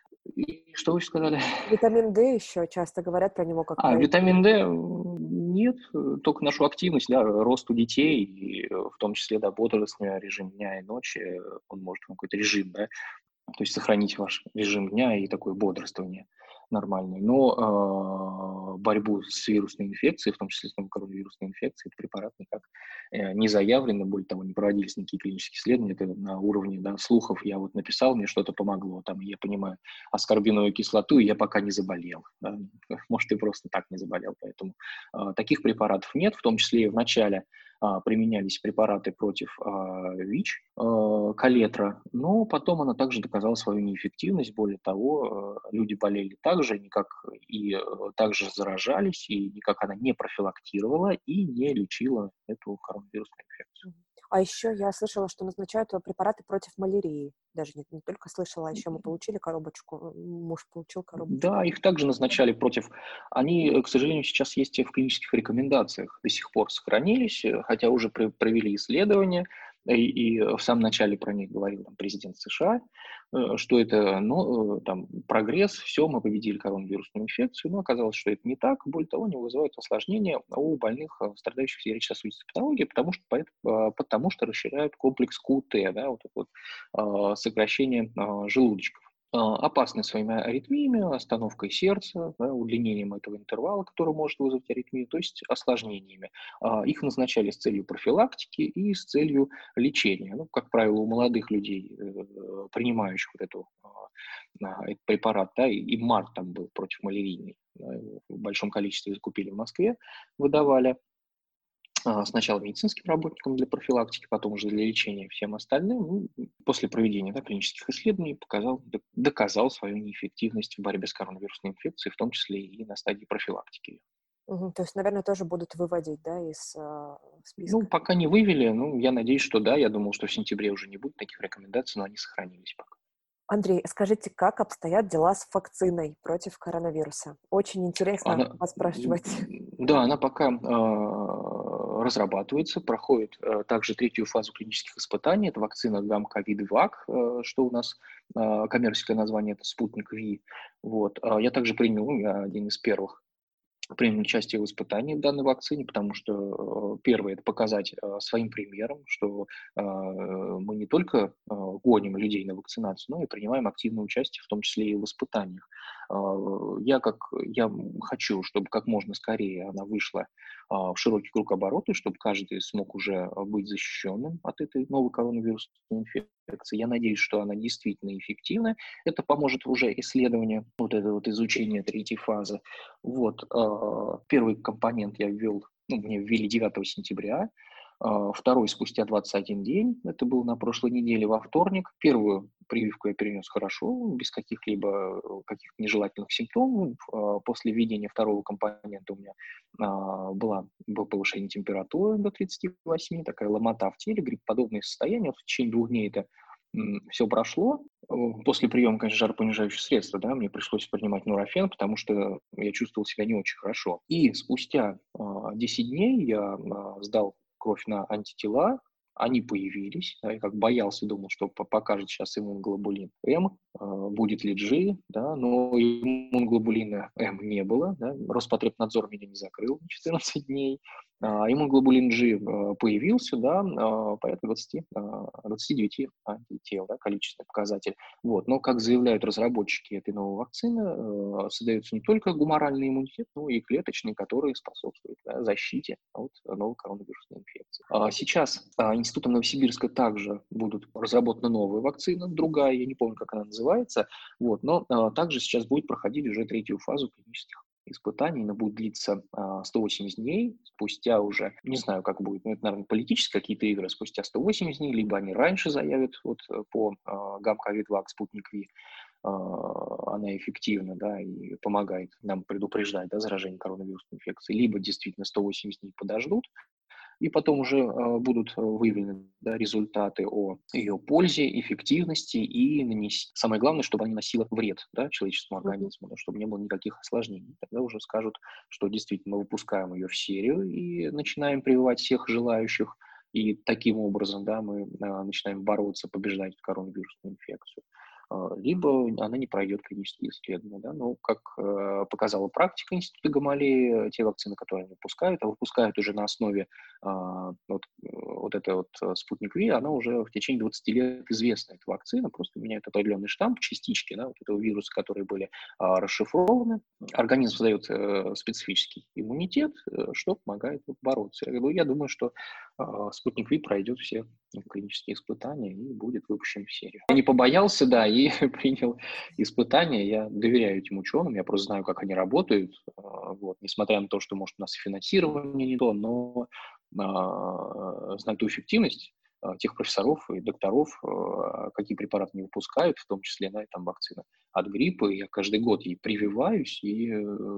И что вы сказали? Витамин D еще часто говорят про него как А, про... витамин D м, нет, э, только нашу активность, да, рост у детей, и э, в том числе, да, бодрствование, режим дня и ночи, э, он может какой-то режим, да, то есть сохранить ваш режим дня и такое бодрствование нормальное. Но э, борьбу с вирусной инфекцией, в том числе с новой коронавирусной инфекцией, этот препарат никак э, не заявлен, более того, не проводились никакие клинические исследования, это на уровне да, слухов. Я вот написал, мне что-то помогло, там, я понимаю аскорбиновую кислоту, и я пока не заболел. Да? Может, и просто так не заболел. Поэтому э, таких препаратов нет, в том числе и в начале а, применялись препараты против а, ВИЧ, а, калетра, но потом она также доказала свою неэффективность. Более того, а, люди болели так же, никак и а, также заражались, и никак она не профилактировала и не лечила эту коронавирусную инфекцию. Мгм. А еще я слышала, что назначают э, препараты против малярии. Даже не, не только слышала, а еще мы получили коробочку, м, муж получил коробочку. Да, их также назначали против. Они, э, к сожалению, сейчас есть и в клинических рекомендациях, до сих пор сохранились, э, хотя уже пр- провели исследования, и, и в самом начале про них говорил там, президент США, э, что это ну, э, там, прогресс, все, мы победили коронавирусную инфекцию, но оказалось, что это не так. Более того, они вызывают осложнения у больных, э, страдающих сердечно-сосудистой патологией, потому что, поэт- э, потому что расширяют комплекс ку тэ, да, вот это вот, э, сокращение э, желудочков. А, опасны своими аритмиями, остановкой сердца, да, удлинением этого интервала, который может вызвать аритмию, то есть осложнениями. А, Их назначали с целью профилактики и с целью лечения. Ну, как правило, у молодых людей, э, принимающих вот эту, а, а, этот препарат, да, и, и МАР там был против малярийный, да, его в большом количестве закупили в Москве, выдавали. А, Сначала медицинским работникам для профилактики, потом уже для лечения всем остальным. Ну, после проведения да, клинических исследований показал, д- доказал свою неэффективность в борьбе с коронавирусной инфекцией, в том числе и на стадии профилактики. Мгм. То есть, наверное, тоже будут выводить, да, из а, Ну, списка. пока не вывели, ну, я надеюсь, что да, я думал, что в сентябре уже не будет таких рекомендаций, но они сохранились пока. Андрей, скажите, как обстоят дела с вакциной против коронавируса? Очень интересно Она, вас м, спрашивать. да, она пока а, разрабатывается, проходит а, также третью фазу клинических испытаний. Это вакцина Гамковид-Вак, а, что у нас а, коммерческое название, это Спутник Ви. Вот. А Я также принял, ну, я один из первых примем участие в испытании данной вакцины, потому что э, первое – это показать э, своим примером, что э, мы не только э, гоним людей на вакцинацию, но и принимаем активное участие, в том числе и в испытаниях. Э, я, как, я хочу, чтобы как можно скорее она вышла э, в широкий круг оборота, чтобы каждый смог уже быть защищенным от этой новой коронавирусной инфекции. Я надеюсь, что она действительно эффективна. Это поможет уже исследованию, вот это вот изучение третьей фазы. Вот, э, первый компонент я ввел, ну, мне ввели девятого сентября, э, второй спустя двадцать один день, это было на прошлой неделе во вторник. Первую прививку я перенес хорошо, без каких-либо э, каких-то нежелательных симптомов. Э, после введения второго компонента у меня э, была, было повышение температуры до тридцати восьми, такая ломота в теле, грипподобное состояние. В течение двух дней это все прошло. После приема, конечно, жаропонижающих средств, да, мне пришлось принимать нурофен, потому что я чувствовал себя не очень хорошо. И спустя э, десять дней я э, сдал кровь на антитела, они появились. Да, я как боялся, думал, что покажет сейчас иммуноглобулин М, э, будет ли G, да, но иммуноглобулина М не было. Да, Роспотребнадзор меня не закрыл на четырнадцать дней. А, иммуноглобулин G э, появился, да, э, порядка двадцати, э, двадцати девяти антител, да, количественный показатель. Вот. Но, как заявляют разработчики этой новой вакцины, э, создается не только гуморальный иммунитет, но и клеточный, который способствует, да, защите от новой коронавирусной инфекции. А сейчас а, Институтом Новосибирска также будут разработана новая вакцина, другая, я не помню, как она называется, вот, но а, также сейчас будет проходить уже третью фазу клинических испытаний, она будет длиться а, сто восемьдесят дней, спустя уже, не знаю, как будет, но это, наверное, политические какие-то игры, спустя сто восемьдесят дней, либо они раньше заявят вот по а, гам-ковид-вак, Спутник Ви, а, она эффективна, да, и помогает нам предупреждать, да, заражение коронавирусной инфекцией, либо действительно сто восемьдесят дней подождут, и потом уже э, будут выявлены, да, результаты о ее пользе, эффективности и нанес... самое главное, чтобы она не носила вред, да, человеческому организму, да, чтобы не было никаких осложнений. Тогда уже скажут, что действительно мы выпускаем ее в серию и начинаем прививать всех желающих, и таким образом, да, мы э, начинаем бороться, побеждать коронавирусную инфекцию. Либо она не пройдет клинические исследования. Да? Но, как э, показала практика Института Гамалеи, те вакцины, которые они выпускают, а выпускают уже на основе э, вот, вот этой вот Спутник Ви, она уже в течение двадцати лет известна, эта вакцина, просто меняет определенный штамп, частички, да, вот этого вируса, которые были э, расшифрованы. Организм создает э, специфический иммунитет, э, что помогает вот, бороться. Я, я думаю, что э, Спутник Ви пройдет все клинические испытания и будет выпущен в серию. Я не побоялся, да, и принял испытания. Я доверяю этим ученым, я просто знаю, как они работают. Вот. Несмотря на то, что, может, у нас финансирование не то, но а, знаю ту эффективность а, тех профессоров и докторов, а, какие препараты они выпускают, в том числе, да, там, вакцина от гриппа. Я каждый год ей прививаюсь, и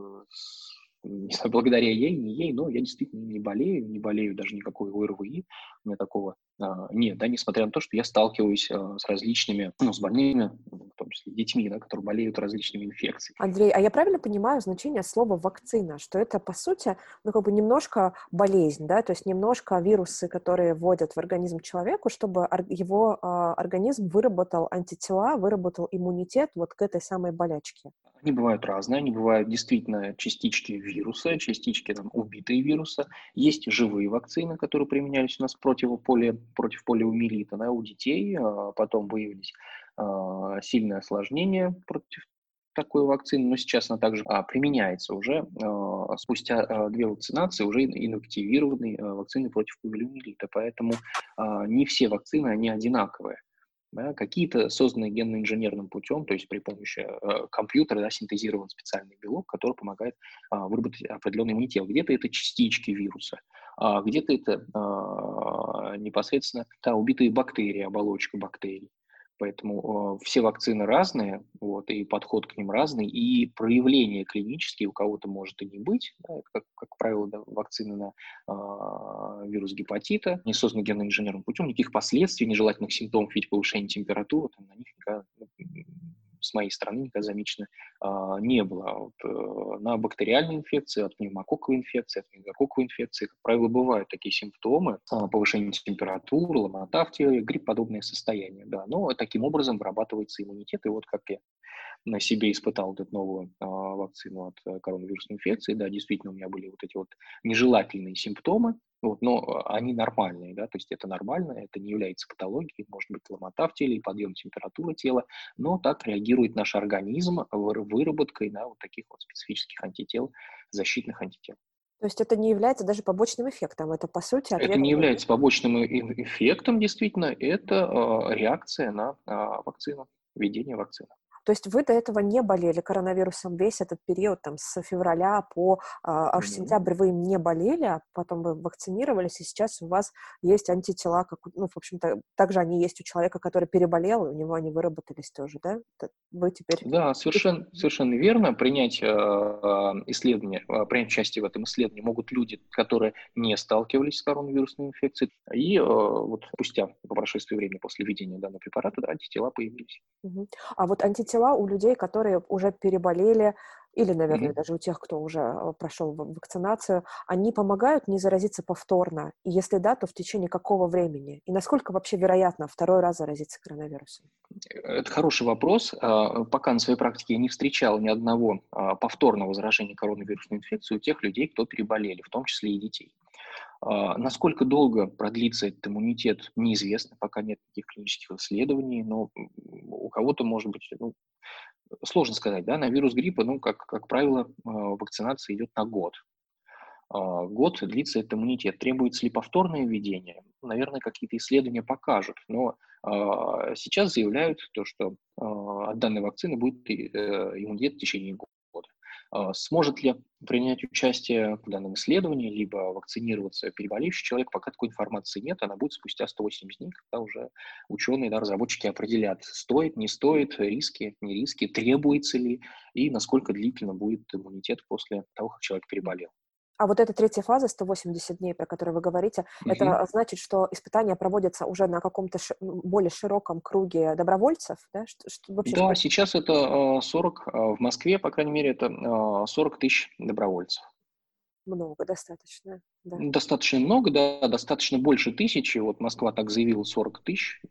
не знаю, благодаря ей, не ей, но я действительно не болею, не болею даже никакой ОРВИ, у меня такого а, нет, да, несмотря на то, что я сталкиваюсь а, с различными, ну, с больными, в том числе детьми, да, которые болеют различными инфекциями. Андрей, а я правильно понимаю значение слова «вакцина», что это, по сути, ну, как бы немножко болезнь, да, то есть немножко вирусы, которые вводят в организм человеку, чтобы его а, организм выработал антитела, выработал иммунитет вот к этой самой болячке? Они бывают разные, они бывают действительно частички вируса, частички там, убитые вируса. Есть живые вакцины, которые применялись у нас против, поле, против полиомиелита, да, у детей, а потом выявились а, сильные осложнения против такой вакцины, но сейчас она также а, применяется уже а, спустя а, две вакцинации, уже инактивированные а, вакцины против полиомиелита, поэтому а, не все вакцины, они одинаковые. Да, какие-то созданы генно-инженерным путем, то есть при помощи э, компьютера, да, синтезирован специальный белок, который помогает э, выработать определенный иммунитет. Где-то это частички вируса, а где-то это э, непосредственно та убитые бактерии, оболочка бактерий. Поэтому э, все вакцины разные, вот, и подход к ним разный, и проявления клинические у кого-то может и не быть. Да, это, как, как правило, да, вакцины на э, вирус гепатита, не созданы генно-инженерным путем, никаких последствий, нежелательных симптомов в виде повышения температуры, там, на них никогда с моей стороны никогда замечено а, не было. Вот, э, на бактериальные инфекции, от пневмококковой инфекции, от менингококковой инфекции, как правило, бывают такие симптомы: а, повышение температуры, ломота в теле, грипподобные состояния. Да. Но таким образом вырабатывается иммунитет. И вот как я на себе испытал вот эту новую а, вакцину от э, коронавирусной инфекции, да, действительно у меня были вот эти вот нежелательные симптомы, вот, но а, они нормальные, да, то есть это нормально, это не является патологией, может быть ломота в теле и подъем температуры тела, но так реагирует наш организм выр- выработкой, да, вот таких вот специфических антител, защитных антител. То есть это не является даже побочным эффектом, это, по сути, Это ответ не организма. является побочным э- э- эффектом, действительно, это а, реакция на а, вакцину, введение вакцины. То есть вы до этого не болели коронавирусом весь этот период, там, с февраля по а, аж Мгм. сентябрь вы им не болели, а потом вы вакцинировались, и сейчас у вас есть антитела, как, у- ну, в общем-то, также они есть у человека, который переболел, и у него они выработались тоже, да? Т- Вы теперь... Да, совершенно, совершенно верно. Принять э, а, исследование, а, принять участие в этом исследовании могут люди, которые не сталкивались с коронавирусной инфекцией, и э, вот спустя, по прошествии времени после введения данного препарата, да, антитела появились. Мгм. А вот антитела у людей, которые уже переболели, или, наверное, Мгм. даже у тех, кто уже э, прошел ва- вакцинацию, они помогают не заразиться повторно? И если да, то в течение какого времени? И насколько вообще вероятно второй раз заразиться коронавирусом? Это хороший вопрос. А, Пока на своей практике я не встречал ни одного а, повторного заражения коронавирусной инфекцией у тех людей, кто переболели, в том числе и детей. А, Насколько долго продлится этот иммунитет, неизвестно, пока нет никаких клинических исследований, но м, у кого-то, может быть, ну, сложно сказать, да, на вирус гриппа, ну, как, как правило, а, вакцинация идет на год. А, Год длится этот иммунитет. Требуется ли повторное введение? Наверное, какие-то исследования покажут, но а, сейчас заявляют то, что а, от данной вакцины будет и, э, иммунитет в течение года. А, Сможет ли принять участие в данном исследовании, либо вакцинироваться переболевший человек, пока такой информации нет, она будет спустя сто восемьдесят дней, когда уже ученые, да, разработчики определят, стоит, не стоит, риски, не риски, требуется ли и насколько длительно будет иммунитет после того, как человек переболел. А вот эта третья фаза, сто восемьдесят дней, про которую вы говорите, Мгм. это значит, что испытания проводятся уже на каком-то ши- м, более широком круге добровольцев, да? Что, что вообще Да, сколько? сейчас это а, сорок, а, в Москве, по крайней мере, это а, сорок тысяч добровольцев. Много, достаточно, да. Достаточно много, да, достаточно больше тысячи. Вот Москва так заявила сорок тысяч.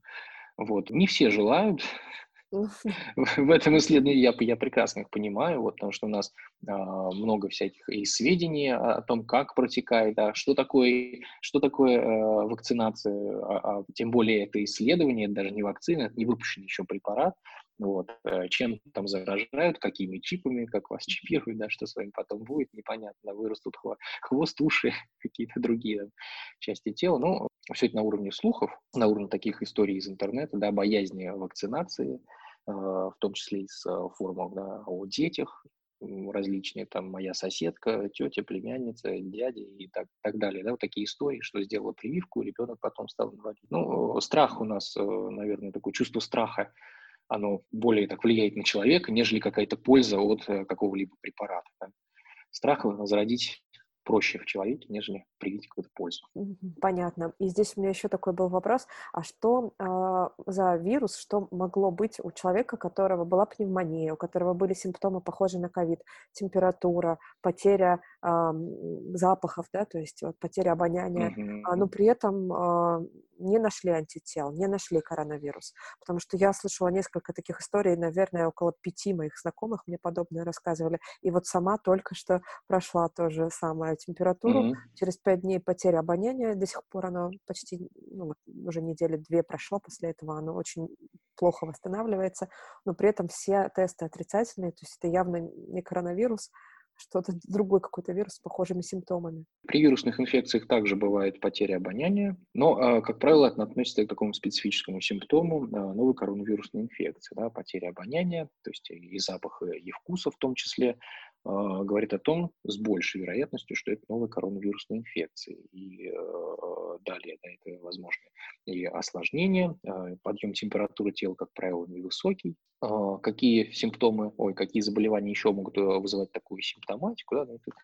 Вот. Не все желают. Ну, В этом исследовании я, я прекрасно их понимаю, вот, потому что у нас а, много всяких и сведений о, о том, как протекает, да, что такое, что такое э, вакцинация, а, а тем более это исследование, это даже не вакцина, это не выпущенный еще препарат, вот, э, чем там заражают, какими чипами, как вас чипируют, да, что с вами потом будет, непонятно, вырастут хво- хвост, уши, какие-то другие там части тела, но все это на уровне слухов, на уровне таких историй из интернета, да, боязни вакцинации, э, в том числе из э, форумов, да, о детях, м, различные, там, моя соседка, тетя, племянница, дядя и так, так далее, да, вот такие истории, что сделала прививку, ребенок потом стал инвалидом. Ну, э, страх у нас, э, наверное, такое чувство страха, оно более так влияет на человека, нежели какая-то польза от э, какого-либо препарата, да. Страх зародить проще в человеке, нежели привить какую-то пользу. Мгм. Понятно. И здесь у меня еще такой был вопрос: а что а, за вирус, что могло быть у человека, у которого была пневмония, у которого были симптомы, похожие на ковид, температура, потеря ам, запахов, да, то есть вот потеря обоняния, а, но Мгм. при этом а, не нашли антител, не нашли коронавирус. Потому что я слышала несколько таких историй, наверное, около пяти моих знакомых мне подобное рассказывали. И вот сама только что прошла то же самое температуру, Мгм. через пять дней потеря обоняния, до сих пор оно почти, ну, вот уже недели две прошло после этого, оно очень плохо восстанавливается, но при этом все тесты отрицательные, то есть это явно не коронавирус, что-то другой какой-то вирус с похожими симптомами. При вирусных инфекциях также бывает потеря обоняния, но, а, как правило, это относится к такому специфическому симптому а, новой коронавирусной инфекции. Да, потеря обоняния, то есть и запаха, и вкуса в том числе, а, говорит о том с большей вероятностью, что это новая коронавирусная инфекция. И э, далее, да, это возможно и осложнения, а, подъем температуры тела, как правило, невысокий. А, Какие симптомы, ой, какие заболевания еще могут э, вызывать такую симптоматику, да, ну, это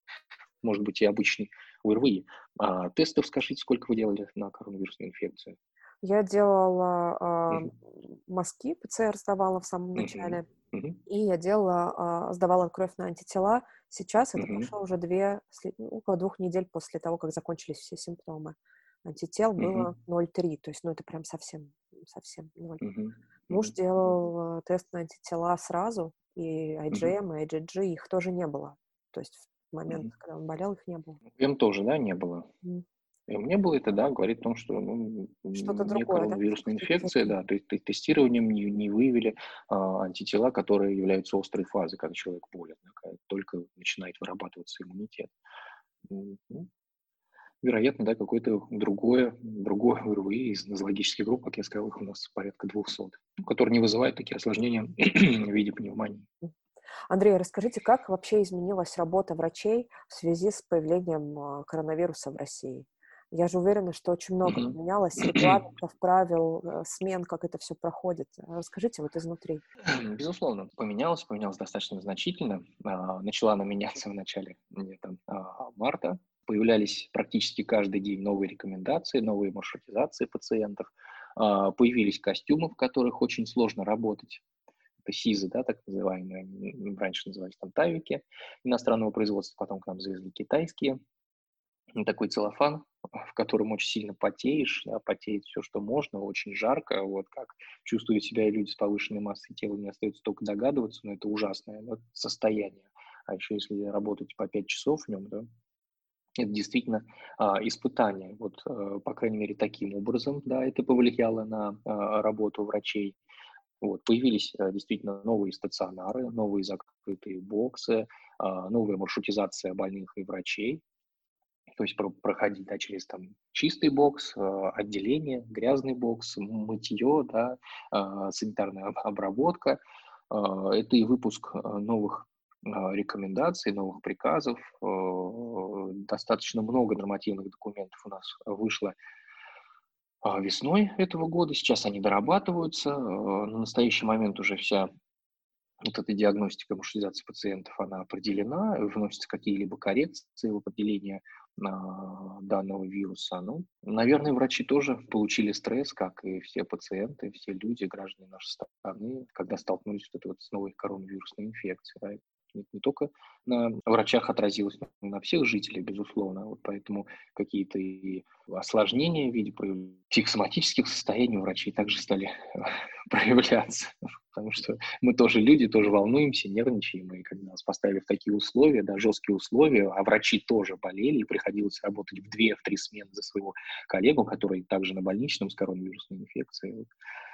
может быть и обычный ОРВИ. А тестов скажите, сколько вы делали на коронавирусную инфекцию? Я делала а, Мгм. мазки, ПЦР сдавала в самом Мгм. начале, Мгм. и я делала, а, сдавала кровь на антитела. Сейчас это Мгм. прошло уже две, с ли- ну, около двух недель после того, как закончились все симптомы. Антител Мгм. было ноль целых три, то есть, ну, это прям совсем, совсем ноль. Мгм. Муж Мгм. Мгм. делал а, тест на антитела сразу, и Мгм. ай джи эм, и ай джи джи, их тоже не было. То есть в момент, Мгм. когда он болел, их не было. М тоже, да, не было? М. М не было, это, да, говорит о том, что, ну, Что-то не другое, да? коронавирусная Какие-то инфекция, другие. да, то есть т тестированием не не выявили, а, антитела, которые являются острой фазой, когда человек болен, да, когда только начинает вырабатываться иммунитет. М, ну, вероятно, да, какое-то другое другое ОРВИ из нозологических групп, как я сказал, их у нас порядка двухсот, ну, которые не вызывают такие осложнения в виде пневмонии. М. Андрей, расскажите, как вообще изменилась работа врачей в связи с появлением а, коронавируса в России? Я же уверена, что очень много Мгм. поменялось, регламентов, правил, э, смен, как это все проходит. А расскажите вот изнутри. Безусловно, поменялось, поменялось достаточно значительно. А, Начала она меняться в начале м, там, а, марта. Появлялись практически каждый день новые рекомендации, новые маршрутизации пациентов. А, Появились костюмы, в которых очень сложно работать. Это СИЗы, да, так называемые. М, Раньше назывались там тавики иностранного производства, потом к нам завезли китайские. Ну, такой целлофан, в котором очень сильно потеешь, да, потеет все, что можно, очень жарко. Вот как чувствуют себя люди с повышенной массой тела, мне остается только догадываться, но это ужасное, да, состояние. А еще если работать по пять часов в нем, да, это действительно а, испытание. Вот, э, по крайней мере, таким образом, да, это повлияло на а, работу врачей. Вот, появились э, действительно новые стационары, новые закрытые боксы, а, новая маршрутизация больных и врачей. То есть про проходить, да, через там чистый бокс, э, отделение, грязный бокс, м мытье, да, а, санитарная об обработка. А, это и выпуск, э, новых, а, рекомендаций, новых приказов. Э, достаточно много нормативных документов у нас вышло, а, весной этого года. Сейчас они дорабатываются. Э, на настоящий момент уже вся вот эта диагностика маршрутизации пациентов, она определена, вносятся какие-либо коррекции в определение а, данного вируса. Ну, наверное, врачи тоже получили стресс, как и все пациенты, все люди, граждане нашей страны, когда столкнулись вот это вот с новой коронавирусной инфекцией. Да. Не, не только на врачах отразилось, но и на всех жителей, безусловно. Вот поэтому какие-то и осложнения в виде прояв- психосоматических состояний у врачей также стали проявляться. Потому что мы тоже люди, тоже волнуемся, нервничаем, и когда нас поставили в такие условия, да, жесткие условия, а врачи тоже болели, и приходилось работать в две, в три смены за своего коллегу, который также на больничном с коронавирусной инфекцией. Вот.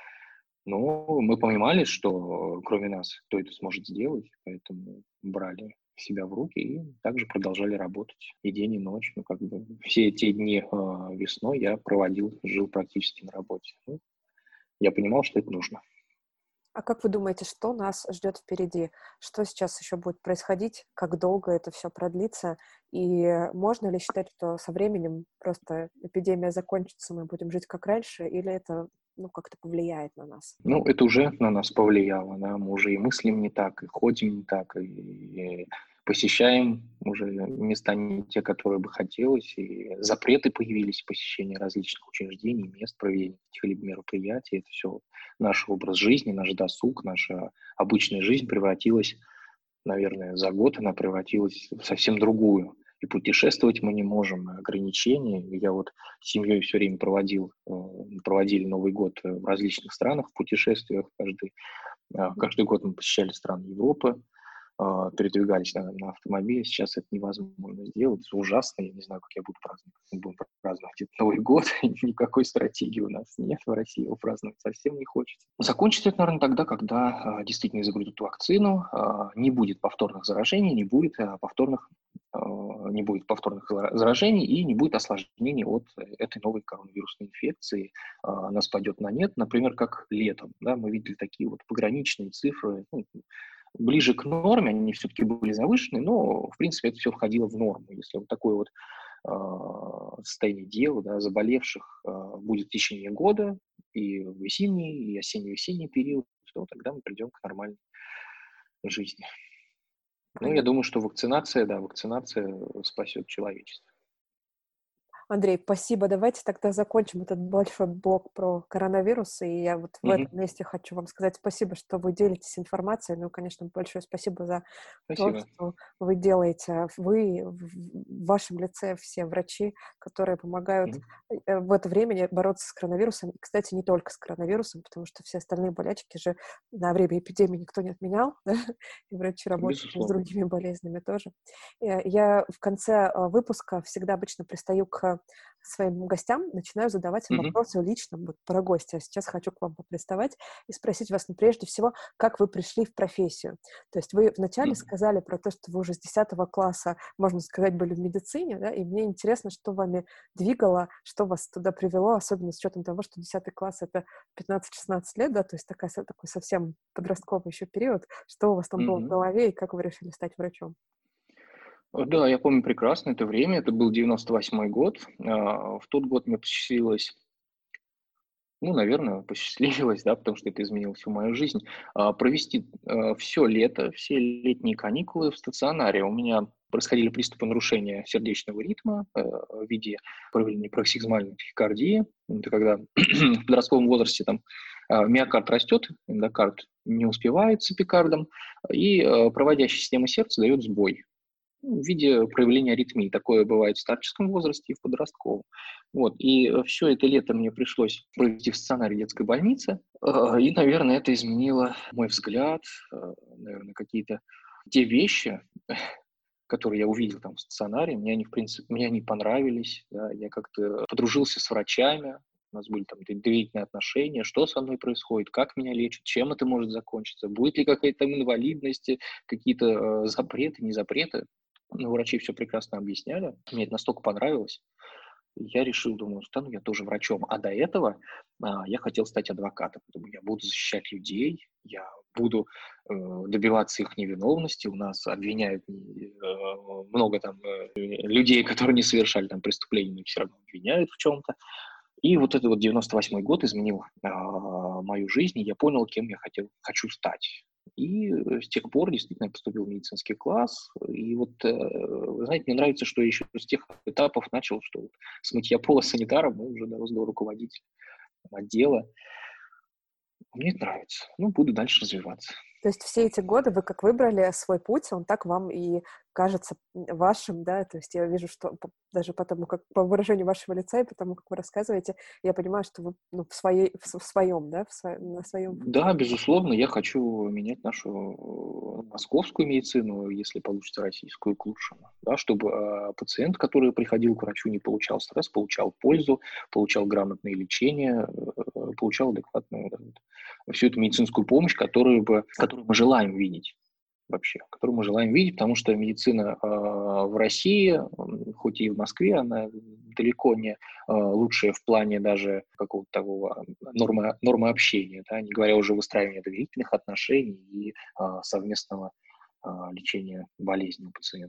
Но мы понимали, что э, кроме нас кто это сможет сделать, поэтому брали себя в руки и также продолжали работать и день, и ночь. Ну, как бы все те дни э, весной я проводил, жил практически на работе. Ну, я понимал, что это нужно. А как вы думаете, что нас ждет впереди? Что сейчас еще будет происходить? Как долго это все продлится? И можно ли считать, что со временем просто эпидемия закончится, мы будем жить как раньше, или это, ну, как-то повлияет на нас? Ну, это уже на нас повлияло, да, мы уже и мыслим не так, и ходим не так, и, и посещаем уже места не те, которые бы хотелось, и запреты появились посещения различных учреждений, мест проведения каких-либо мероприятий. Это все наш образ жизни, наш досуг, наша обычная жизнь превратилась, наверное, за год она превратилась в совсем другую. И путешествовать мы не можем, ограничения. Я вот с семьей все время проводил, э, проводили Новый год э, в различных странах, в путешествиях. Каждый, а, Мгм. каждый год мы посещали страны Европы, а, передвигались на, на автомобиле. Сейчас это невозможно сделать. Это ужасно. Я не знаю, как я буду праздновать. Мы будем праздновать этот Новый год. Никакой стратегии у нас нет в России. Его праздновать совсем не хочется. Закончится это, наверное, тогда, когда а, действительно изобретут вакцину, а, не будет повторных заражений, не будет а, повторных а, не будет повторных зара- заражений и не будет осложнений от э, этой новой коронавирусной инфекции. А, Она спадет на нет, например, как летом. Да, мы видели такие вот пограничные цифры, ну, ближе к норме, они все-таки были завышены, но, в принципе, это все входило в норму. Если вот такое вот а, состояние дел, да, заболевших а, будет в течение года, и в весенний, и осенне-весенний период, то тогда мы придем к нормальной жизни. Ну, я Понятно. думаю, что вакцинация, да, вакцинация спасет человечество. Андрей, спасибо. Давайте тогда закончим этот большой блок про коронавирус. И я вот в Мгм. этом месте хочу вам сказать спасибо, что вы делитесь информацией. Ну, конечно, большое спасибо за то, Спасибо. что вы делаете. Вы в в вашем лице все врачи, которые помогают Мгм. э, в это время бороться с коронавирусом. И, кстати, не только с коронавирусом, потому что все остальные болячки же на время эпидемии никто не отменял, да? И врачи работают с Безусловно. другими болезнями тоже. Э, Я в конце э, выпуска всегда обычно пристаю к своим гостям, начинаю задавать им Мгм. вопросы лично вот про гостя. А сейчас хочу к вам поприставать и спросить вас, ну, прежде всего, как вы пришли в профессию? То есть вы вначале Мгм. сказали про то, что вы уже с десятого класса, можно сказать, были в медицине, да, и мне интересно, что вами двигало, что вас туда привело, особенно с учетом того, что десятый класс — это пятнадцать-шестнадцать лет, да, то есть такая, со- такой совсем подростковый еще период. Что у вас там было в Мгм. голове и как вы решили стать врачом? Э, Да, я помню прекрасно это время. Это был девяносто восьмой год. А, В тот год мне посчастливилось, ну, наверное, посчастливилось, да, потому что это изменило всю мою жизнь, а, провести все лето, все летние каникулы в стационаре. У меня происходили приступы нарушения сердечного ритма э, в виде проявления пароксизмальной тахикардии. Это когда в подростковом возрасте там а, миокард растет, эндокард не успевает с эпикардом, и э, проводящая система сердца дает сбой. Ну, в виде проявления аритмии. Такое бывает в старческом возрасте и в подростковом. Вот. И все это лето мне пришлось провести в стационаре детской больницы. Э, И, наверное, это изменило мой взгляд, э, наверное, какие-то те вещи, которые я увидел там в стационаре, мне они, в принципе, мне они понравились. Да. Я как-то подружился с врачами, у нас были там д- доверительные отношения, что со мной происходит, как меня лечат, чем это может закончиться, будет ли какая-то инвалидность, какие-то э, запреты, не запреты. Ну, врачи все прекрасно объясняли. Мне это настолько понравилось. Я решил, думаю, стану я тоже врачом. А до этого а, я хотел стать адвокатом. Думаю, я буду защищать людей, я буду э, добиваться их невиновности. У нас обвиняют э, много там э, людей, которые не совершали там преступлений, но все равно обвиняют в чем-то. И вот этот вот девяносто восьмой год изменил а, мою жизнь, и я понял, кем я хотел, хочу стать. И э, с тех пор действительно я поступил в медицинский класс. И вот, э, вы знаете, мне нравится, что еще с тех этапов начал, что вот с мытья пола санитаром мы уже дорос до руководителя отдела. Мне это нравится. Ну, буду дальше развиваться. То есть все эти годы вы как выбрали свой путь, он так вам и кажется м, вашим, да? То есть я вижу, что п- даже потому, как по выражению вашего лица и потому, как вы рассказываете, я понимаю, что вы ну, в, своей, в, с- в своем, да, в сво- на своем пути. Да, безусловно, я хочу менять нашу э, московскую медицину, если получится российскую, к лучшему. Да, чтобы э, пациент, который приходил к врачу, не получал стресс, получал пользу, получал грамотное лечение, э, получал адекватную вот, вот, всю эту медицинскую помощь, которую, бы, которую мы желаем видеть вообще, которую мы желаем видеть, потому что медицина э, в России, м, хоть и в Москве, она далеко не э, лучшая в плане даже какого-то такого нормы, нормы общения, да, не говоря уже о выстраивании доверительных отношений и э, совместного э, лечения болезни у пациента.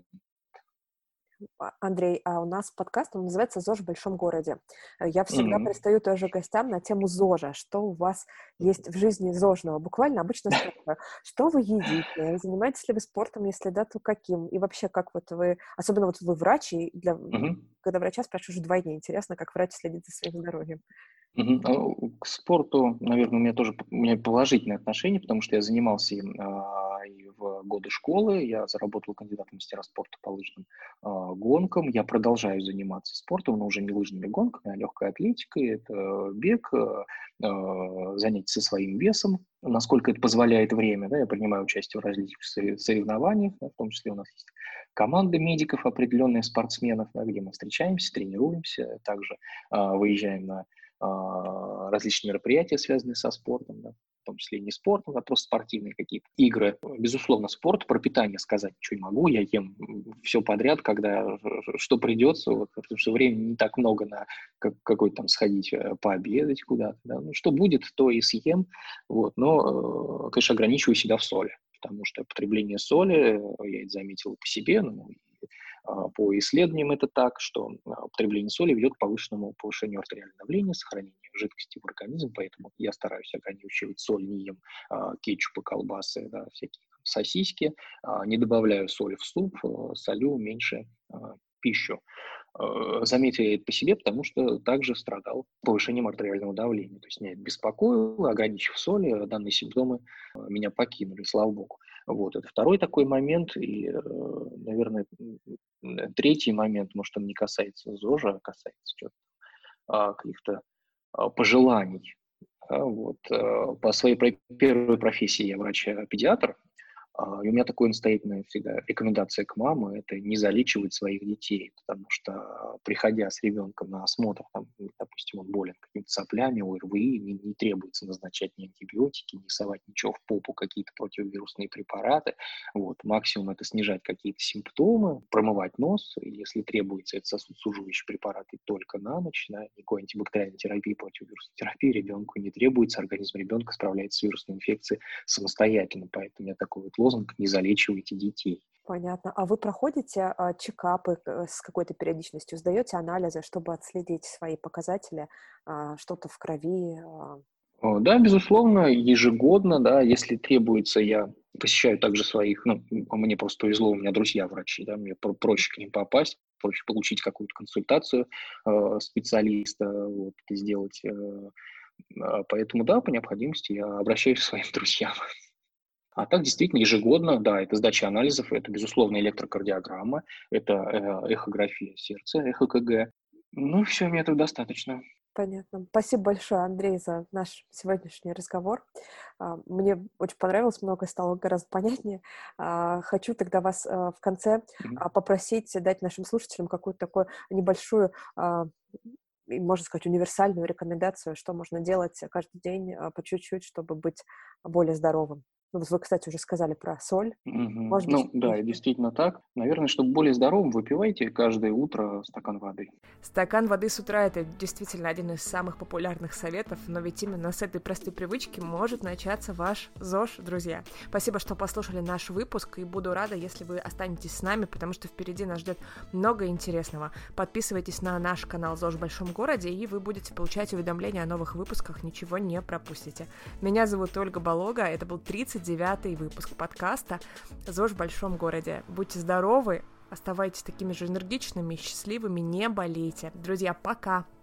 А, Андрей, а у нас подкаст, он называется «ЗОЖ в большом городе». Э, Я всегда Мгм. пристаю тоже к гостям на тему ЗОЖа. Что у вас есть в жизни ЗОЖного? Буквально обычно спрашиваю, что вы едите? Занимаетесь ли вы спортом? Если да, то каким? И вообще, как вот вы, особенно вот вы врач, и для, м, Мгм. когда врача спрашиваешь, вдвойне интересно, как врач следит за своим здоровьем. Мгм. А, К спорту, наверное, у меня тоже п- у меня положительное отношение, потому что я занимался им а, и в годы школы, я заработал кандидатом в мастера спорта по лыжным а, гонкам, я продолжаю заниматься спортом, но уже не лыжными гонками, а легкой атлетикой, это бег, а, а, занятия со своим весом, насколько это позволяет время, да, я принимаю участие в различных сорев- соревнованиях, да, в том числе у нас есть команда медиков, определенные спортсменов, да, где мы встречаемся, тренируемся, также а, выезжаем на а, различные мероприятия, связанные со спортом, да, в том числе и не спортом, а просто спортивные какие-то игры. Безусловно, спорт, про питание сказать ничего не могу, я ем все подряд, когда что придется, вот, потому что времени не так много на как, какой-то там сходить э, пообедать куда-то, да. Ну, что будет, то и съем, вот, но, э, конечно, ограничиваю себя в соли, потому что потребление соли, э, я это заметил по себе, ну, и а, по исследованиям это так, что а, употребление соли ведет к повышенному повышению артериального давления, сохранению жидкости в организме, поэтому я стараюсь ограничивать соль, не ем а, кетчупы, колбасы, да, всякие там сосиски, а, не добавляю соли в суп, а, солю меньше а, пищу. Заметил я это по себе, потому что также страдал повышением артериального давления. То есть меня это беспокоило, ограничив соли, данные симптомы меня покинули, слава богу. Вот, это второй такой момент. И, наверное, третий момент, может, он не касается ЗОЖа, а касается чего-то, каких-то пожеланий. Вот. По своей первой профессии я врач-педиатр, и у меня такая настоятельная всегда рекомендация к мамам – это не залечивать своих детей, потому что, приходя с ребенком на осмотр, там, допустим, он болен какими-то соплями, ОРВИ, не, не требуется назначать ни антибиотики, не совать ничего в попу, какие-то противовирусные препараты. Вот. Максимум – это снижать какие-то симптомы, промывать нос, если требуется, это сосудосуживающие препараты только на ночь, да, никакой антибактериальной терапии, противовирусной терапии ребенку не требуется, организм ребенка справляется с вирусной инфекцией самостоятельно, поэтому я такой вот лозунг «не залечивайте детей». Понятно. А вы проходите а, чекапы с какой-то периодичностью, сдаете анализы, чтобы отследить свои показатели, а, что-то в крови? А... Да, безусловно, ежегодно, да, если требуется, я посещаю также своих, ну, мне просто повезло, у меня друзья врачи, да, мне проще к ним попасть, проще получить какую-то консультацию э, специалиста, вот, это сделать. Э, поэтому, да, по необходимости я обращаюсь к своим друзьям. А так, действительно, ежегодно, да, это сдача анализов, это, безусловно, электрокардиограмма, это э, эхография сердца, эхо-КГ. Ну, все, мне этого достаточно. Понятно. Спасибо большое, Андрей, за наш сегодняшний разговор. Мне очень понравилось, многое стало гораздо понятнее. Хочу тогда вас в конце mm-hmm. попросить дать нашим слушателям какую-то такую небольшую, можно сказать, универсальную рекомендацию, что можно делать каждый день по чуть-чуть, чтобы быть более здоровым. Ну, вы, кстати, уже сказали про соль. Угу. Может ну, быть, да, действительно так. Наверное, чтобы более здоровым, выпивайте каждое утро стакан воды. Стакан воды с утра – это действительно один из самых популярных советов, но ведь именно с этой простой привычки может начаться ваш ЗОЖ, друзья. Спасибо, что послушали наш выпуск, и буду рада, если вы останетесь с нами, потому что впереди нас ждет много интересного. Подписывайтесь на наш канал ЗОЖ в Большом городе, и вы будете получать уведомления о новых выпусках, ничего не пропустите. Меня зовут Ольга Болога, это был тридцать девятый выпуск подкаста «ЗОЖ в Большом городе». Будьте здоровы, оставайтесь такими же энергичными и счастливыми, не болейте. Друзья, пока!